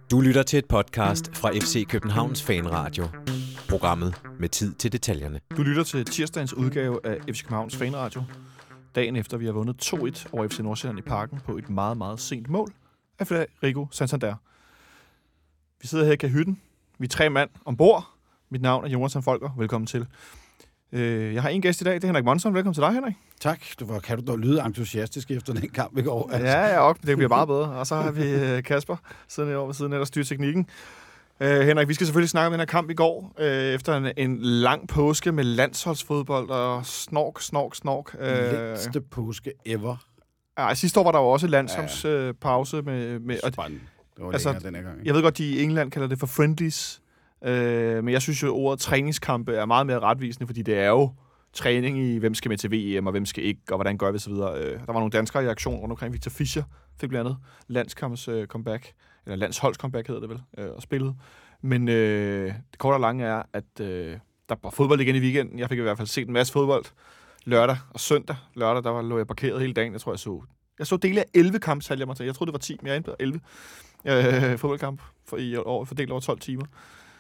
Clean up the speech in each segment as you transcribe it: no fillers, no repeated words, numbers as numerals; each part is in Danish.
Du lytter til et podcast fra FC Københavns Fanradio. Programmet med tid til detaljerne. Du lytter til tirsdagens udgave af FC Københavns Fanradio. Dagen efter vi har vundet 2-1 over FC Nordsjælland i Parken på et meget, meget sent mål af Federico Santander. Vi sidder her i kahytten. Vi er 3 mand ombord. Mit navn er Jonathan Folker. Velkommen til. Jeg har en gæst i dag. Det er Henrik Monson. Velkommen til dig, Henrik. Tak. Kan du da lyde entusiastisk efter den kamp i går? Altså. Ja, det bliver meget bedre. Og så har vi Kasper siden over ved siden af, der styrer teknikken. Henrik, vi skal selvfølgelig snakke om den her kamp i går, efter en lang påske med landsholdsfodbold og snork. Længste påske ever. Ja, sidste år var der jo også landsholdspause med Spændende. Det var længere den her gang. Jeg ved godt, de i England kalder det for friendlies, men jeg synes jo, ordet træningskampe er meget mere retvisende, fordi det er jo træning i, hvem skal med til VM, og hvem skal ikke, og hvordan gør vi, så videre. Der var nogle danskere i aktion rundt omkring. Victor Fischer fik blandt andet landskamps comeback, eller landsholds comeback hedder det vel, og spillet. Men det korte og lange er, at der var fodbold igen i weekenden. Jeg fik i hvert fald set en masse fodbold lørdag og søndag. Lørdag, der lå jeg parkeret hele dagen. Jeg så dele af 11 kampe, jeg troede, det var 10, men jeg endte på 11 fodboldkamp fordelt over 12 timer.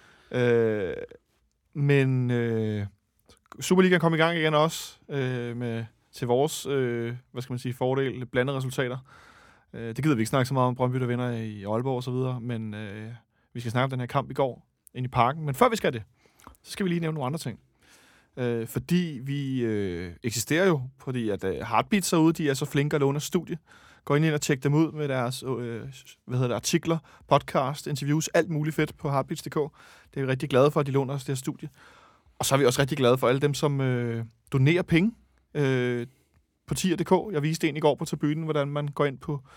Men Superligaen kom i gang igen også til vores fordel, blandede resultater. Det gider vi ikke snakke så meget om, Brøndby der vinder i Aalborg og så videre, men vi skal snakke om den her kamp i går ind i Parken. Men før vi skal det, så skal vi lige nævne nogle andre ting. Fordi vi eksisterer jo, fordi at Heartbeats herude, de er så flinke at låne studie. Gå ind og tjek dem ud med deres artikler, podcast, interviews, alt muligt fedt på heartbeats.dk. Det er vi rigtig glade for, at de låner os det her studie. Og så er vi også rigtig glade for alle dem, som donerer penge på tier.dk. Jeg viste en i går på tribunen, hvordan man går ind på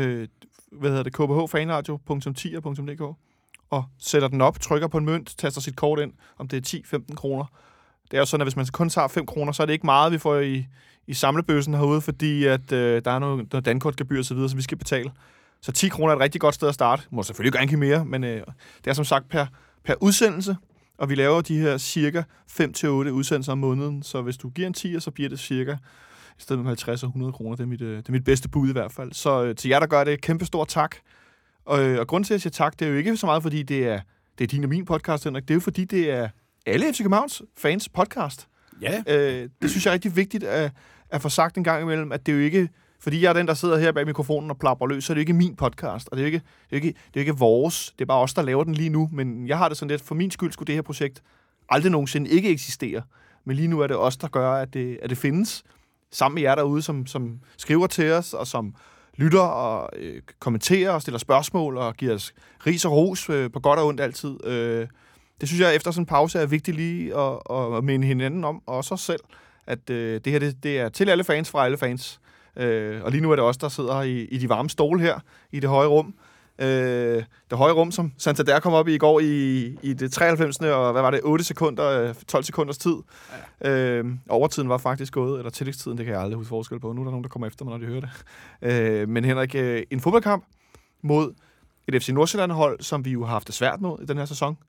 kbhfanradio.tier.dk og sætter den op, trykker på en mønt, taster sit kort ind, om det er 10-15 kroner. Det er jo sådan, at hvis man kun tager 5 kroner, så er det ikke meget, vi får i samlebøssen herude, fordi at der er noget dankortgebyr og så videre, som vi skal betale. Så 10 kroner er et rigtig godt sted at starte. Må selvfølgelig gerne give mere, men det er som sagt per udsendelse, og vi laver de her cirka 5-8 udsendelser om måneden, så hvis du giver en 10, så bliver det cirka i stedet med 50 og 100 kroner. Det er mit bedste bud i hvert fald. Så til jer, der gør det, kæmpe stor tak. Og grunden til, at jeg siger tak, det er jo ikke så meget, fordi det er din og min podcast, Henrik. Det er jo fordi, det er alle FC Københavns fans podcast. Ja. Det synes jeg er rigtig vigtigt at få sagt en gang imellem, at det er jo ikke, fordi jeg er den, der sidder her bag mikrofonen og plapper løs, så er det jo ikke min podcast, og det er jo ikke vores. Det er bare os, der laver den lige nu, men jeg har det sådan lidt, for min skyld skulle det her projekt aldrig nogensinde ikke eksistere. Men lige nu er det os, der gør, at det findes, sammen med jer derude, som skriver til os, og som lytter og kommenterer og stiller spørgsmål og giver os ris og ros på godt og ondt altid. Det synes jeg, efter sådan en pause, er vigtigt lige at minde hinanden om, og også os selv, at det her det er til alle fans, fra alle fans. Og lige nu er det os, der sidder i de varme stole her, i det høje rum. Det høje rum, som Santander kom op i går i det 93. og hvad var det, 8 sekunder, 12 sekunders tid. Ja. Overtiden var faktisk gået, eller tillægstiden, det kan jeg aldrig huske forskel på. Nu er der nogen, der kommer efter mig, når de hører det. Men Henrik, en fodboldkamp mod et FC Nordsjælland-hold, som vi jo har haft det svært med i den her sæson.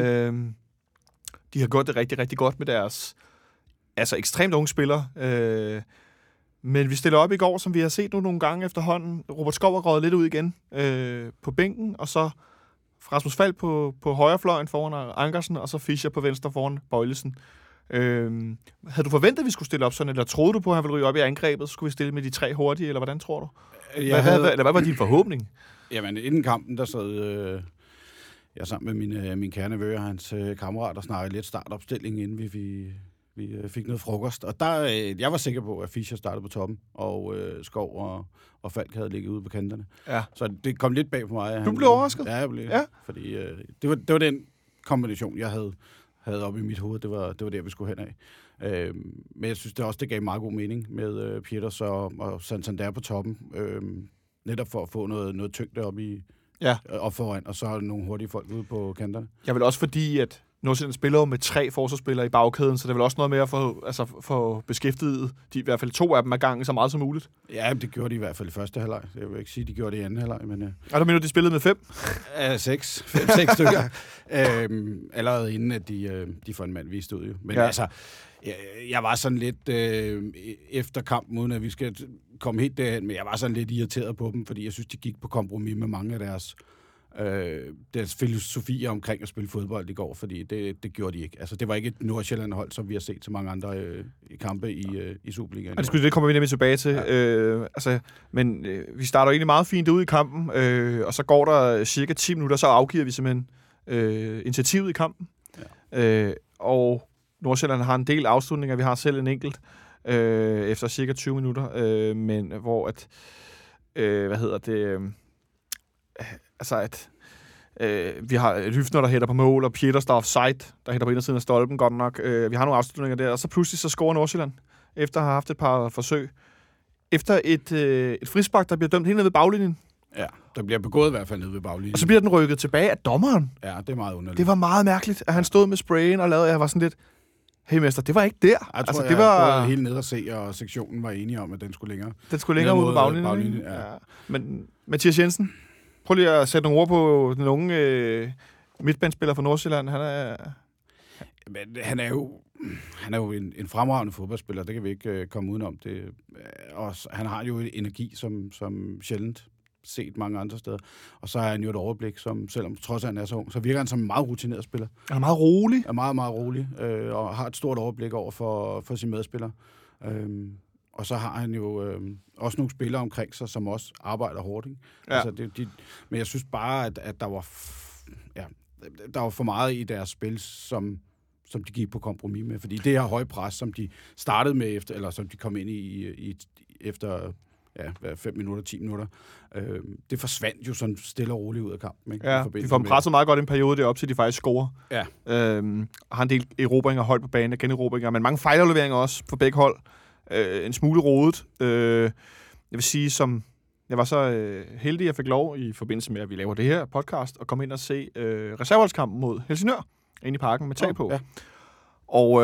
De har gjort det rigtig, rigtig godt med deres ekstremt unge spillere. Men vi stiller op i går, som vi har set nu nogle gange efterhånden. Robert Skov er gået lidt ud igen på bænken, og så Rasmus Falk på højrefløjen foran Ankersen, og så Fischer på venstre foran Bøjlesen. Havde du forventet, at vi skulle stille op sådan, eller troede du på, at han ville ryge op i angrebet, så skulle vi stille med de 3 hurtige, eller hvordan tror du? Hvad var din forhåbning? Jamen, inden kampen, der sad jeg sammen med min kære nevø og hans kammerat og snakkede lidt startopstilling, inden vi fik noget frokost. Og der, jeg var sikker på, at Fischer startede på toppen, og Skov og Falk havde ligget ude på kanterne. Ja. Så det kom lidt bag på mig. Du blev overrasket? Ja, jeg blev. Ja. Fordi det var den kombination, jeg havde oppe i mit hoved. Det var der, vi skulle hen af. Men jeg synes det gav meget god mening med Pieters og Santander på toppen. Netop for at få noget tyngde op i op foran, og så nogle hurtige folk ude på kanterne. Jeg vil også fordi, at Nordsjælland spiller jo med 3 forsvarsspillere i bagkæden, så det er vel også noget med at få beskæftiget i hvert fald 2 af dem ad gangen så meget som muligt. Ja, det gjorde de i hvert fald i første halvleg. Jeg vil ikke sige, at de gjorde det i anden halvleg, men... Og du mener, de spillede med 5? 6 stykker. Allerede inden, at de får en mand vist ud. Jo. Men altså, jeg var sådan lidt efter kampen, uden at vi skal komme helt derhen, men jeg var sådan lidt irriteret på dem, fordi jeg synes, de gik på kompromis med mange af deres deres filosofi omkring at spille fodbold i går, fordi det gjorde de ikke. Altså, det var ikke et Nordsjælland-hold, som vi har set til mange andre kampe i Superligaen. Og det kommer vi nemlig tilbage til. Ja. Men vi starter egentlig meget fint ud i kampen, og så går der cirka 10 minutter, så afgiver vi simpelthen initiativet i kampen. Ja. Og Nordsjælland har en del afslutninger, vi har selv en enkelt, efter cirka 20 minutter, men hvor at, vi har Lyftner, der hætter på mål, og Pieters, der er offside, der hætter på indersiden af stolpen, godt nok. Vi har nogle afslutninger der, og så pludselig så scorer Nordsjælland, efter at have haft et par forsøg. Efter et frispark, der bliver dømt helt ned ved baglinjen. Ja, der bliver begået i hvert fald ned ved baglinjen. Og så bliver den rykket tilbage af dommeren. Ja, det er meget underligt. Det var meget mærkeligt, at han stod med sprayen og lavede, jeg var sådan lidt, hey mester, det var ikke der. Jeg tror, det var helt ned at se, og sektionen var enige om, at den skulle længere. Den skulle længere ud på baglinjen. Ja. Men Mathias Jensen, prøv lige at sætte nogle ord på den unge midtbanespiller fra Nordsjælland. Han er jo en fremragende fodboldspiller, det kan vi ikke komme udenom. Han har jo en energi, som sjældent set mange andre steder. Og så har han jo et overblik, som selvom trods han er så ung, så virker han som en meget rutineret spiller. Han er meget rolig. Er meget, meget rolig, og har et stort overblik over for sine medspillere. Og så har han jo også nogle spillere omkring sig, som også arbejder hårdt. Ikke? Ja. Altså, men jeg synes bare, at der var for meget i deres spil, som de gik på kompromis med. Fordi det her høje pres, som de startede med, eller som de kom ind i efter 5 minutter, 10 minutter, det forsvandt jo sådan stille og roligt ud af kampen. Ikke? Ja, de får dem presset meget godt i en periode deroppe, til de faktisk scorer. Ja. Har en del erobringer holdt på banen, generobringer, men mange fejlafleveringer også for begge hold. En smule rodet. Jeg vil sige, som jeg var så heldig, at jeg fik lov i forbindelse med, at vi laver det her podcast, og komme ind og se reserveholdskampen mod Helsingør inde i parken med tag på. Ja. Og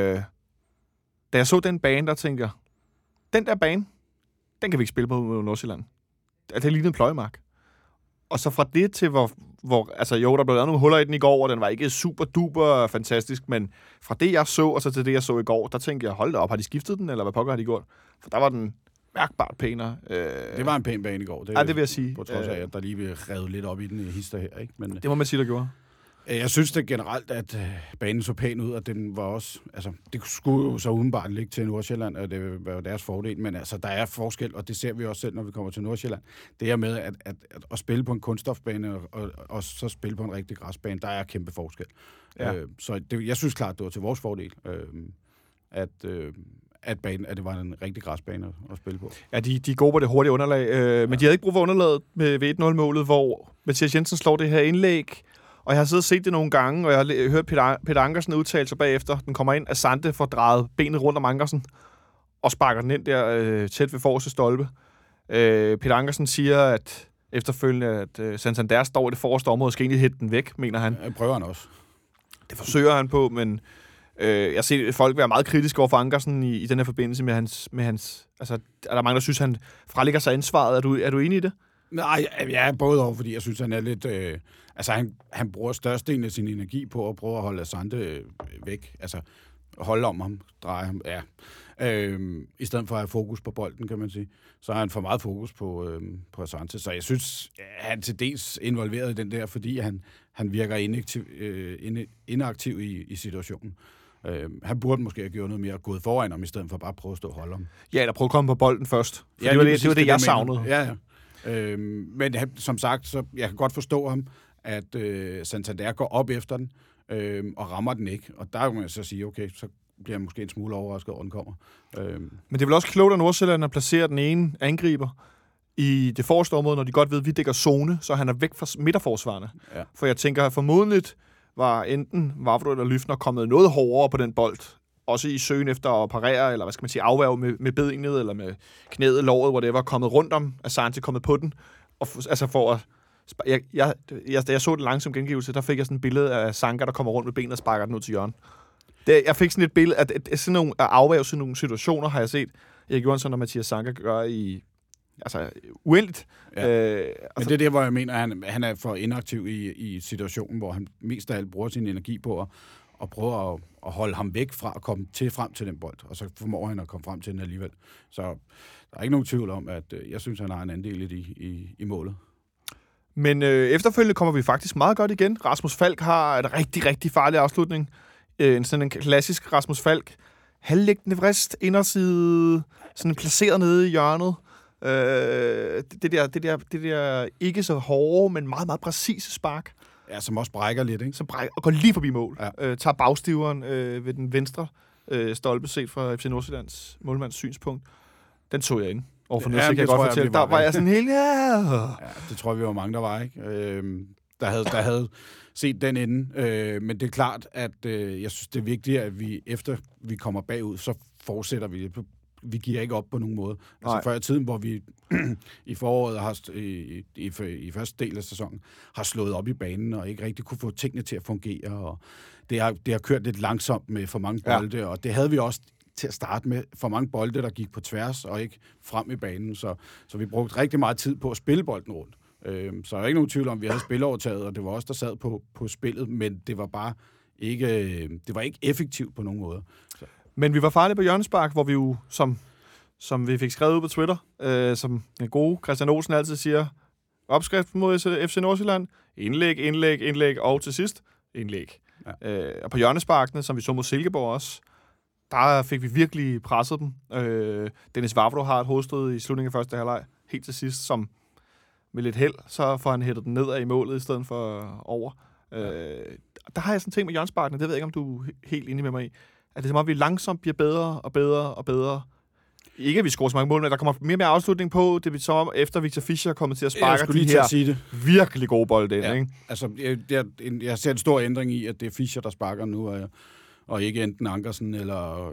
da jeg så den bane, der tænkte jeg, den der bane, den kan vi ikke spille på mod Nordsjælland. Det lignede en pløjemark. Og så fra det til, hvor altså jo, der blev lavet nogle huller i den i går, og den var ikke super duper fantastisk, men fra det, jeg så, og så til det, jeg så i går, der tænkte jeg, hold da op, har de skiftet den, eller hvad pokker har de gjort? For der var den mærkbart pænere. Det var en pæn bane i går. Det vil jeg sige. På trods af, at der lige blev revet lidt op i den hister her. Ikke? Men, det må man sige, der gjorde. Jeg synes det generelt, at banen så pæn ud, og den var også... Altså, det skulle jo så udenbart ligge til Nordsjælland, og det var jo deres fordel, men altså, der er forskel, og det ser vi også selv, når vi kommer til Nordsjælland. Det her med at spille på en kunststofbane, og så spille på en rigtig græsbane, der er kæmpe forskel. Ja. Så jeg synes klart, det var til vores fordel, at det var en rigtig græsbane at spille på. Ja, de er gode på det hurtige underlag, men de havde ikke brug for underlaget ved 1-0-målet, hvor Mathias Jensen slår det her indlæg. Og jeg har siddet og set det nogle gange, og jeg har hørt Peter Ankersen udtale sig bagefter. Den kommer ind, Asante får drejet benet rundt om Ankersen, og sparker den ind der tæt ved forreste stolpe. Peter Ankersen siger, at efterfølgende, at Santander står i det forreste område, og skal egentlig hætte den væk, mener han. Det prøver han også. Det forsøger han på, men jeg ser folk være meget kritiske over for Ankersen i den her forbindelse med hans... Altså, er der mange, der synes, han frelægger sig ansvaret? Er du enig i det? Nej, jeg er både over, fordi jeg synes, han er lidt... han bruger størstedelen af sin energi på at prøve at holde Asante væk. Altså, holde om ham, dreje ham, ja. I stedet for at have fokus på bolden, kan man sige. Så har han for meget fokus på Asante. Så jeg synes, han til dels involveret i den der, fordi han virker inaktiv i situationen. Han burde måske have gjort noget mere, gået foran ham, i stedet for bare at prøve at stå og holde ham. Ja, eller prøve at komme på bolden først. Ja, det var det, jeg savnede. Ja. Men som sagt, så jeg kan godt forstå ham, at Santander går op efter den, og rammer den ikke. Og der kan man så sige, okay, så bliver jeg måske en smule overrasket over, den kommer. Men det er vel også klogt af Nordsjælland at placere den ene angriber i det forreste område, når de godt ved, at vi dækker zone, så han er væk fra midterforsvarerne. Ja. For jeg tænker, formodentligt var enten Vavro eller Lyftner kommet noget hårdere på den bold, også i søgen efter at parere, eller hvad skal man sige, afværge med benet, eller med knæet, låret, whatever, kommet rundt om, Asante kommet på den, og altså for at... Da jeg så den langsomme gengivelse, der fik jeg sådan et billede af Sanka, der kommer rundt med benet og sparker den ud til hjørnet. Jeg fik sådan et billede, at sådan nogle afværge sådan nogle situationer, har jeg set Erik Johansson og Mathias Sanka gør i... Altså, uendeligt. Ja. Men det er der, hvor jeg mener, at han er for inaktiv i situationen, hvor han mest af alt bruger sin energi på at prøve at holde ham væk fra at komme frem til den bold, og så formår han at komme frem til den alligevel. Så der er ikke nogen tvivl om, at jeg synes, han har en andel i målet. Men efterfølgende kommer vi faktisk meget godt igen. Rasmus Falk har et rigtig, rigtig farlig afslutning. Sådan en klassisk Rasmus Falk. Halvliggende vrist, inderside, sådan placeret nede i hjørnet. Det der ikke så hårde, men meget, meget præcise spark. Ja, som også brækker lidt, ikke? Som brækker og går lige forbi mål. Ja. Tager bagstiveren ved den venstre stolpe set fra FC Nordsjællands målmands synspunkt. Den tog jeg ind. Overfor noget, så kan jeg godt fortælle. Der var jeg sådan helt, ja, det tror jeg, vi var mange, der var, ikke? Der havde set den inde. Men det er klart, at jeg synes, det er vigtigt, at vi efter vi kommer bagud, så fortsætter vi. Vi giver ikke op på nogen måde. Altså før i tiden, hvor vi i foråret har i første del af sæsonen har slået op i banen og ikke rigtig kunne få tingene til at fungere. Og det har kørt lidt langsomt med for mange bolde, og det havde vi også til at starte med. For mange bolde, der gik på tværs og ikke frem i banen. Så vi brugte rigtig meget tid på at spille bolden rundt. Så der er ikke nogen tvivl om, at vi havde spilleovertaget, og det var os, der sad på spillet, men det var bare ikke effektivt på nogen måde. Så. Men vi var farlige på hjørnespark, hvor vi jo, som vi fik skrevet ud på Twitter, som den gode Christian Olsen altid siger, opskrift mod FC Nordsjælland, indlæg, og til sidst indlæg. Ja. Og på hjørnesparkene, som vi så mod Silkeborg også, der fik vi virkelig presset dem. Dennis Vavro har et hovedstød i slutningen af første halvleg, helt til sidst, som med lidt held, så får han hættet den nedad i målet, i stedet for over. Der har jeg sådan en ting med hjørnesparkene, det ved jeg ikke, om du er helt enig med mig i, at det er som om, vi langsomt bliver bedre og bedre og bedre. Ikke at vi scorer så mange mål, men der kommer mere og mere afslutning på. Det er som om, efter Victor Fischer er kommet til at sparke de her virkelig gode bolde ind. Ja. Ikke? Altså, jeg ser en stor ændring i, at det er Fischer, der sparker nu, og ikke enten Ankersen eller...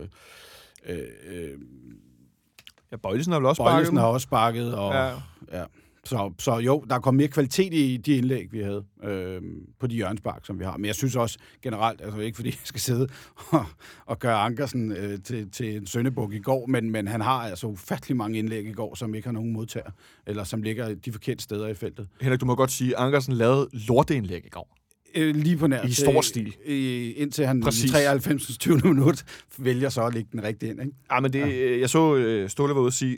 Bøjlesen har vel også sparket. Bøjlesen har også sparket, og... Ja. Så jo, der er kommet mere kvalitet i de indlæg, vi havde på de hjørnespark, som vi har. Men jeg synes også generelt, altså ikke fordi jeg skal sidde og gøre Ankersen til en søndebuk i går, men han har altså ufattelig mange indlæg i går, som ikke har nogen modtager, eller som ligger de forkerte steder i feltet. Henrik, du må godt sige, at Ankersen lavede lorteindlæg i går. Lige på nær. I stor stil. Indtil han i 93. 20. minut vælger så at lægge den rigtigt ind, ikke? Ja, men det, jeg så Ståle var ude at sige...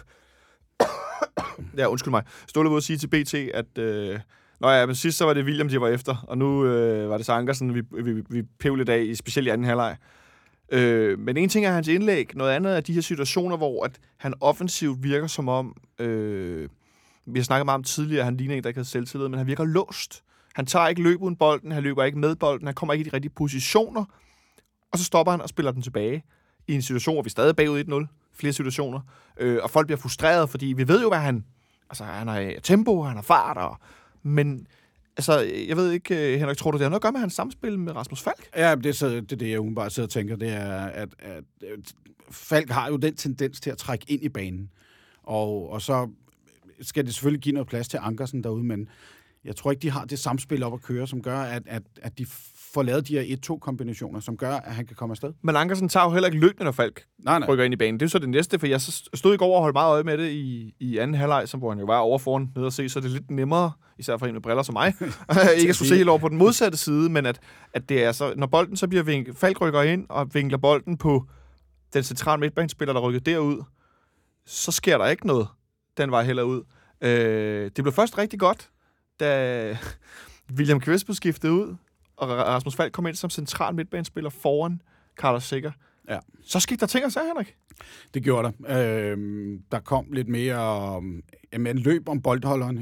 Ja, undskyld mig. Ståle var ude at sige til BT, at men sidst så var det William, de var efter, og nu var det så Ankersen, vi pæv lidt af, specielt i anden halvleg. Men en ting er hans indlæg, noget andet er de her situationer, hvor at han offensivt virker som om, vi har snakket meget om tidligere, at han ligner en, der ikke havde selvtillid, men han virker låst. Han tager ikke løb uden bolden, han løber ikke med bolden, han kommer ikke i de rigtige positioner, og så stopper han og spiller den tilbage i en situation, hvor vi stadig er bagud 1-0, flere situationer, og folk bliver frustreret, fordi vi ved jo, hvad han har tempo, han har fart, men altså, jeg ved ikke, Henrik, tror du, det har noget at gøre med hans samspil med Rasmus Falk? Ja, det er det, jeg umiddelbart sidder og tænker, det er, at Falk har jo den tendens til at trække ind i banen, og så skal det selvfølgelig give noget plads til Ankersen derude, men jeg tror ikke, de har det samspil op at køre, som gør, at de får lavet de her 1-2-kombinationer, som gør, at han kan komme afsted. Men Ankersen tager jo heller ikke løbende, når Falk rykker ind i banen. Det er så det næste, for jeg stod i går og holdt meget øje med det i anden halvleg, hvor han jo var over foran nede at se, så det er lidt nemmere, især for en med briller som mig, ikke at skulle se helt over på den modsatte side, men at det er så, når bolden så bliver vinklet, Falk rykker ind og vinkler bolden på den centrale midtbanespiller, der rykker derud, så sker der ikke noget den vej heller ud. Det blev først rigtig godt, da William Kvist blev skiftet ud, og Rasmus Falk kom ind som central midtbanespiller foran Carlos Sikker. Ja. Så skete der ting og sager, Henrik. Det gjorde der. Der kom lidt mere en løb om boldholderen,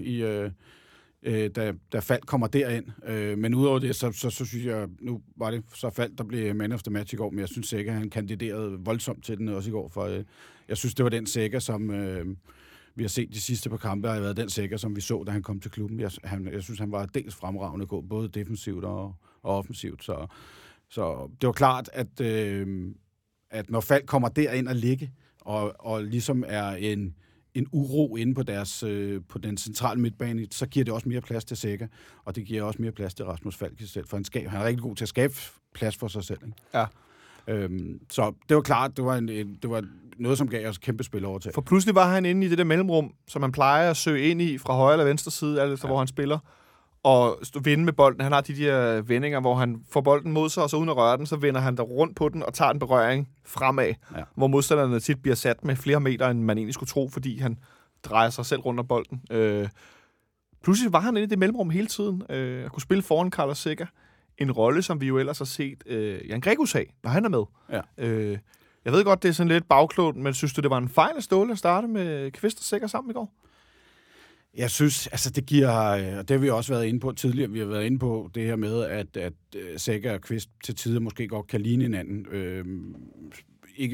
da Falk kommer derind. Men udover det, så synes jeg, nu var det så Falk, der blev man of the match i går, men jeg synes Sikker, han kandiderede voldsomt til den også i går, for jeg synes, det var den Sikker, som... vi har set de sidste par kampe, har været den Sikker, som vi så, da han kom til klubben. Jeg synes, han var dels fremragende god, både defensivt og offensivt. Så det var klart, at når Falk kommer derind og ligge, og ligesom er en uro inde på den centrale midtbane, så giver det også mere plads til Sikker, og det giver også mere plads til Rasmus Falk selv, for han er rigtig god til at skabe plads for sig selv. Ikke? Ja. Så det var klart, det var noget, som gav os kæmpe spilleovertag. For pludselig var han inde i det der mellemrum, som man plejer at søge ind i fra højre eller venstre side, alt efter hvor han spiller, og vinde med bolden. Han har de der vendinger, hvor han får bolden mod sig, og så uden at røre den, så vender han der rundt på den og tager en berøring fremad, hvor modstanderne tit bliver sat med flere meter, end man egentlig skulle tro, fordi han drejer sig selv rundt om bolden. pludselig var han inde i det mellemrum hele tiden. At kunne spille foran Carlos Seca. En rolle, som vi jo ellers har set Jan Gregus af, når han er med. Ja. Jeg ved godt, det er sådan lidt bagklogt, men synes du, det var en fejl af Ståle at starte med Kvist og Seca sammen i går? Jeg synes, altså det giver, og det har vi også været inde på tidligere, vi har været inde på det her med, at Seca og Kvist til tider måske godt kan ligne hinanden. Ikke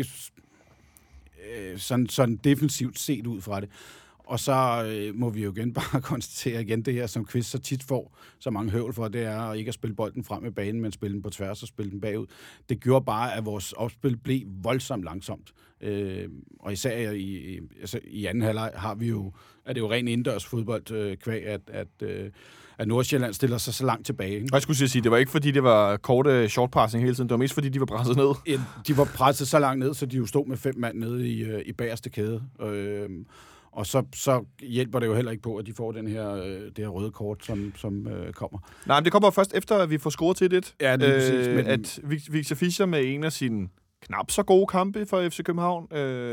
sådan defensivt set ud fra det. Og så må vi jo igen bare konstatere igen det her, som Kvist så tit får så mange høvl for, det er at ikke at spille bolden frem med banen, men spille den på tværs og spille den bagud. Det gjorde bare, at vores opspil blev voldsomt langsomt. Og især i anden halvleg er det jo ren indendørs fodbold kvæg, at Nordsjælland stiller sig så langt tilbage. Ikke? Jeg skulle sige, det var ikke fordi, det var korte shortpassing hele tiden. Det var mest fordi, de var presset ned. Ja, de var presset så langt ned, så de jo stod med 5 mand nede i bagerste kæde. Og så hjælper det jo heller ikke på, at de får det her røde kort, som kommer. Nej, men det kommer først efter, at vi får scoret til det. Ja, det er præcis. Men at Victor Fischer med en af sine knap så gode kampe for FC København.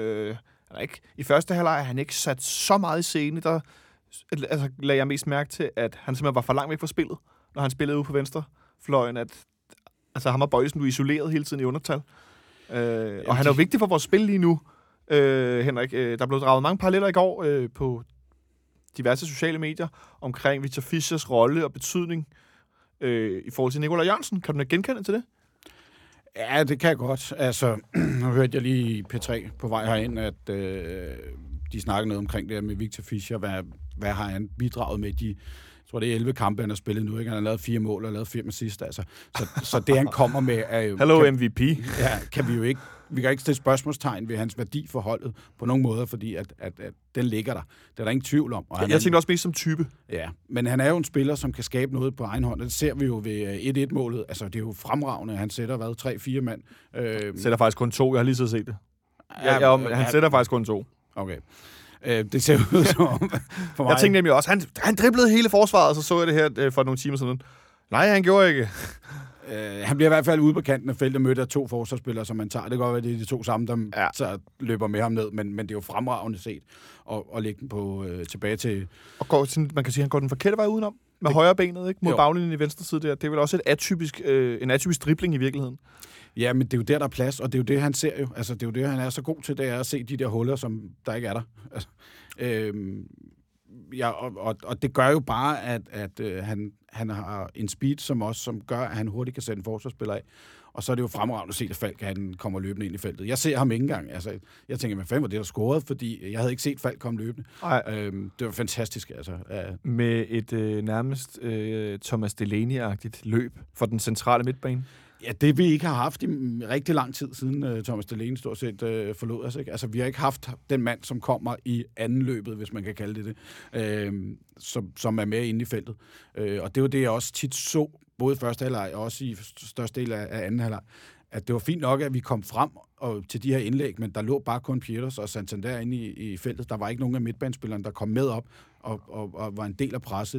I første halvleg er han ikke sat så meget i scene. Der lagde jeg mest mærke til, at han simpelthen var for langt væk fra spillet, når han spillede ude på venstrefløjen. Ham og Bøjsen nu isoleret hele tiden i undertal. Og han er jo vigtig for vores spil lige nu. Henrik, der blev draget mange paralleller i går på diverse sociale medier omkring Victor Fischers rolle og betydning i forhold til Nikolaj Jørgensen. Kan du genkende til det? Ja, det kan jeg godt. Altså, nu hørte jeg lige i P3 på vej herind, at de snakkede noget omkring det her med Victor Fischer. Hvad har han bidraget med de... Jeg tror, det er 11 kampe, han har spillet nu. Ikke? Han har lavet 4 mål og lavet 4 assist. Altså. Så det, han kommer med, er jo... Hello, MVP. Ja, kan vi jo ikke... Vi kan ikke stille spørgsmålstegn ved hans værdi for holdet på nogen måde, fordi at den ligger der. Det er der ingen tvivl om. Og jeg tænker også mest som type. Ja, men han er jo en spiller, som kan skabe noget på egen hånd. Det ser vi jo ved 1-1-målet. Altså, det er jo fremragende. Han sætter, 3-4 mand? Sætter faktisk kun 2. Jeg har lige så set det. Han sætter faktisk kun 2. Okay. Det ser ud som for mig. Jeg tænkte nemlig også, han driblede hele forsvaret, og så jeg det her for nogle timer siden. Nej, han gjorde ikke. Han bliver i hvert fald ude på kanten af feltet mødt af 2 forsvarsspillere, som man tager. Det kan godt være, det er de 2 sammen, der så løber med ham ned, men det er jo fremragende set at lægge den på tilbage til... Og går sådan, man kan sige, at han går den forkerte vej udenom med højre benet, ikke? Mod baglinjen i venstre side der. Det er vel også en atypisk dribling i virkeligheden. Ja, men det er jo der er plads, og det er jo det, han ser jo. Altså, det er jo det, han er så god til, det er at se de der huller, som der ikke er der. Altså, og det gør jo bare, at han har en speed, som gør, at han hurtigt kan sætte en forsvarsspiller af. Og så er det jo fremragende at se, at Falk han kommer løbende ind i feltet. Jeg ser ham ikke engang. Altså, jeg tænker, hvad fanden var det, der scorede? Fordi jeg havde ikke set Falk komme løbende. Det var fantastisk. Altså. Med et nærmest Thomas Delaney-agtigt løb for den centrale midtbane. Ja, det vi ikke har haft i rigtig lang tid siden Thomas Delaney stort set forlod os. Ikke? Altså, vi har ikke haft den mand, som kommer i anden løbet, hvis man kan kalde det som er med inde i feltet. Og det var det, jeg også tit så, både første halvleg og også i største del af anden halvleg, at det var fint nok, at vi kom frem til de her indlæg, men der lå bare kun Pieters og Santander inde i feltet. Der var ikke nogen af midtbanespillerne, der kom med op og var en del af presset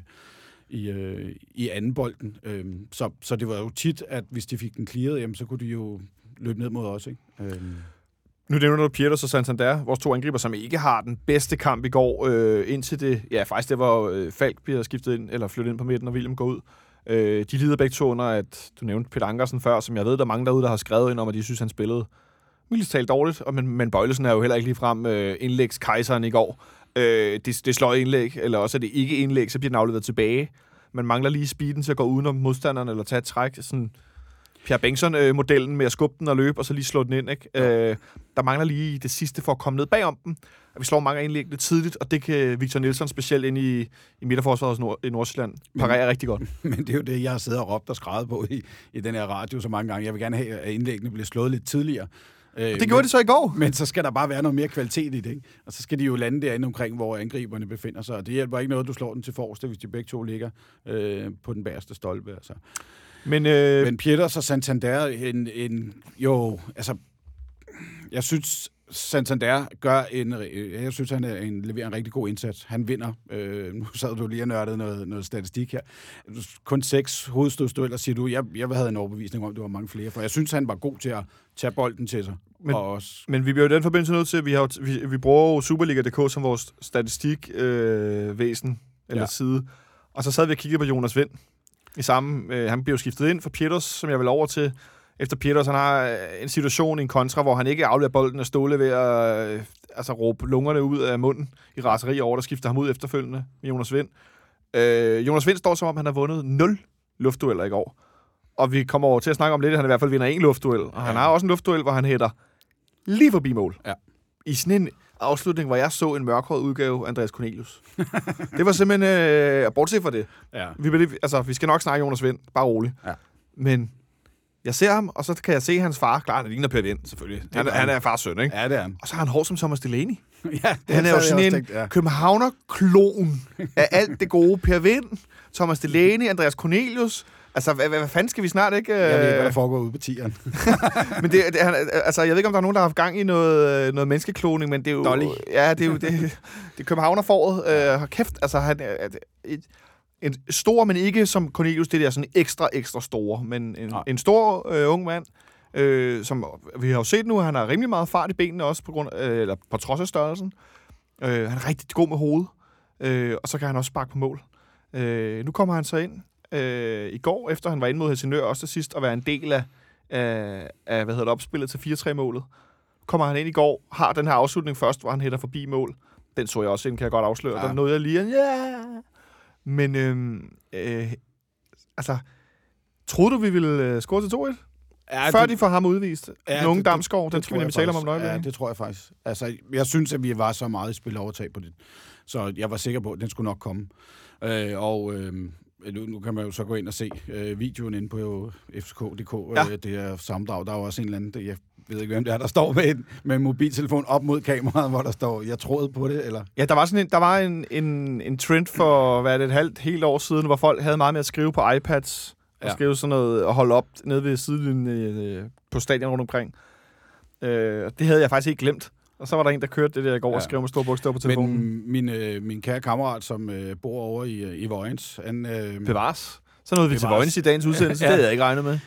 i anden bolden. Så det var jo tit, at hvis de fik den clearet, jamen, så kunne de jo løbe ned mod os. Ikke? Nu nævner du Pieters og Santander, vores 2 angriber, som ikke har den bedste kamp i går, indtil det, ja faktisk det var Falk bliver skiftet ind, eller flyttet ind på midten, og William går ud. De lider begge to under, at du nævnte Peter Ankersen før, som jeg ved, der er mange derude, der har skrevet ind om, at de synes, han spillede mildest talt dårligt, men Bøjlesen er jo heller ikke ligefrem indlægskejseren i går. Det slår indlæg, eller også er det ikke indlæg, så bliver den afleveret tilbage. Man mangler lige speeden til at gå udenom modstanderen, eller tage et træk, sådan Pierre Bengtsson-modellen med at skubbe den og løbe, og så lige slå den ind. Ikke? Der mangler lige det sidste for at komme ned bagom dem. At vi slår mange af indlæggene tidligt, og det kan Victor Nielsen specielt ind i midterforsvaret i Nordsjælland parere rigtig godt. Men det er jo det, jeg har siddet og råbt og skrevet på i den her radio så mange gange. Jeg vil gerne have, at indlæggene bliver slået lidt tidligere. Det gjorde det så i går. Men så skal der bare være noget mere kvalitet i det, ikke? Og så skal de jo lande derinde omkring, hvor angriberne befinder sig. Og det hjælper ikke noget, du slår den til forreste, hvis de begge to ligger på den bagerste stolpe. Altså. Men Pieters og Santander, jeg synes, Santander leverer en rigtig god indsats. Han vinder. Nu sad du lige og nørdede noget statistik her. Kun 6 hovedstødstueller, siger du. Jeg havde en overbevisning om, at det var mange flere, for jeg synes, han var god til at tage bolden til sig. Men vi bliver jo i den forbindelse nødt til, at vi bruger Superliga.dk som vores statistikvæsen. eller side. Og så sad vi og kiggede på Jonas Vind. Han blev skiftet ind for Pieters, som jeg vil over til. Efter Pieters, han har en situation i en kontra, hvor han ikke afleverer bolden, og Ståle ved at råbe lungerne ud af munden i raseri over, der skifter ham ud efterfølgende med Jonas Vind. Jonas Vind står som om, han har vundet 0 luftdueller i går. Og vi kommer over til at snakke om lidt, at han i hvert fald vinder 1 luftduel. Og han har også en luftduel, hvor han hætter lige forbi mål. Ja. I sådan en afslutning, hvor jeg så en mørkhåret udgave af Andreas Cornelius. Det var simpelthen... bortset fra det. Ja. Vi skal nok snakke Jonas Vind. Bare roligt. Ja. Men jeg ser ham, og så kan jeg se hans far. Klart, det ligner Per Vind, selvfølgelig. Han er fars søn, ikke? Ja, det er han. Og så har han hår som Thomas Delaney. Ja, han er jo sådan en københavner-klon af alt det gode. Per Vind, Thomas Delaney, Andreas Cornelius. Altså, hvad fanden skal vi snart, ikke? Jeg ved ikke, hvad der foregår ude på tieren. Men jeg ved ikke, om der er nogen, der har haft gang i noget menneskekloning, men det er jo... Dolly. Ja, det er jo det er københavnerfåret. Kæft, altså, han er en stor, men ikke som Cornelius, det der sådan ekstra store, men en stor ung mand, som vi har jo set nu, han har rimelig meget fart i benene også, på trods af størrelsen. Han er rigtig god med hovedet, og så kan han også sparke på mål. Nu kommer han så ind i går, efter han var inde mod Helsingør også til sidst, og være en del af opspillet til 4-3-målet. Kommer han ind i går, har den her afslutning først, hvor han hætter forbi mål. Den så jeg også ind, kan jeg godt afsløre. Ja. Der nåede jeg lige, Men, troede du, vi ville score til 2-1? Ja, før de får ham udvist. Nogle Damsgaard, den skal vi nemlig tale om øjeblik. Ja, det tror jeg faktisk. Altså, jeg synes, at vi var så meget i spilovertag på det. Så jeg var sikker på, at den skulle nok komme. Nu kan man jo så gå ind og se videoen inde på fck.dk. Ja. Det er sammendrag. Der er jo også en eller anden, jeg ved ikke, hvem det er, der står med en mobiltelefon op mod kameraet, hvor der står, jeg troede på det, eller? Ja, der var en trend for, et helt år siden, hvor folk havde meget med at skrive på iPads, og skrive sådan noget, og holde op nede ved sidelinjen på stadion rundt omkring. Det havde jeg faktisk ikke glemt. Og så var der en, der kørte det der i går og skrev med store bogstaver på telefonen. Men min kære kammerat, som bor over i Vojens, han... Bevares. Så nåede vi til Vojens i dagens udsendelse. Det havde jeg ikke regnet med.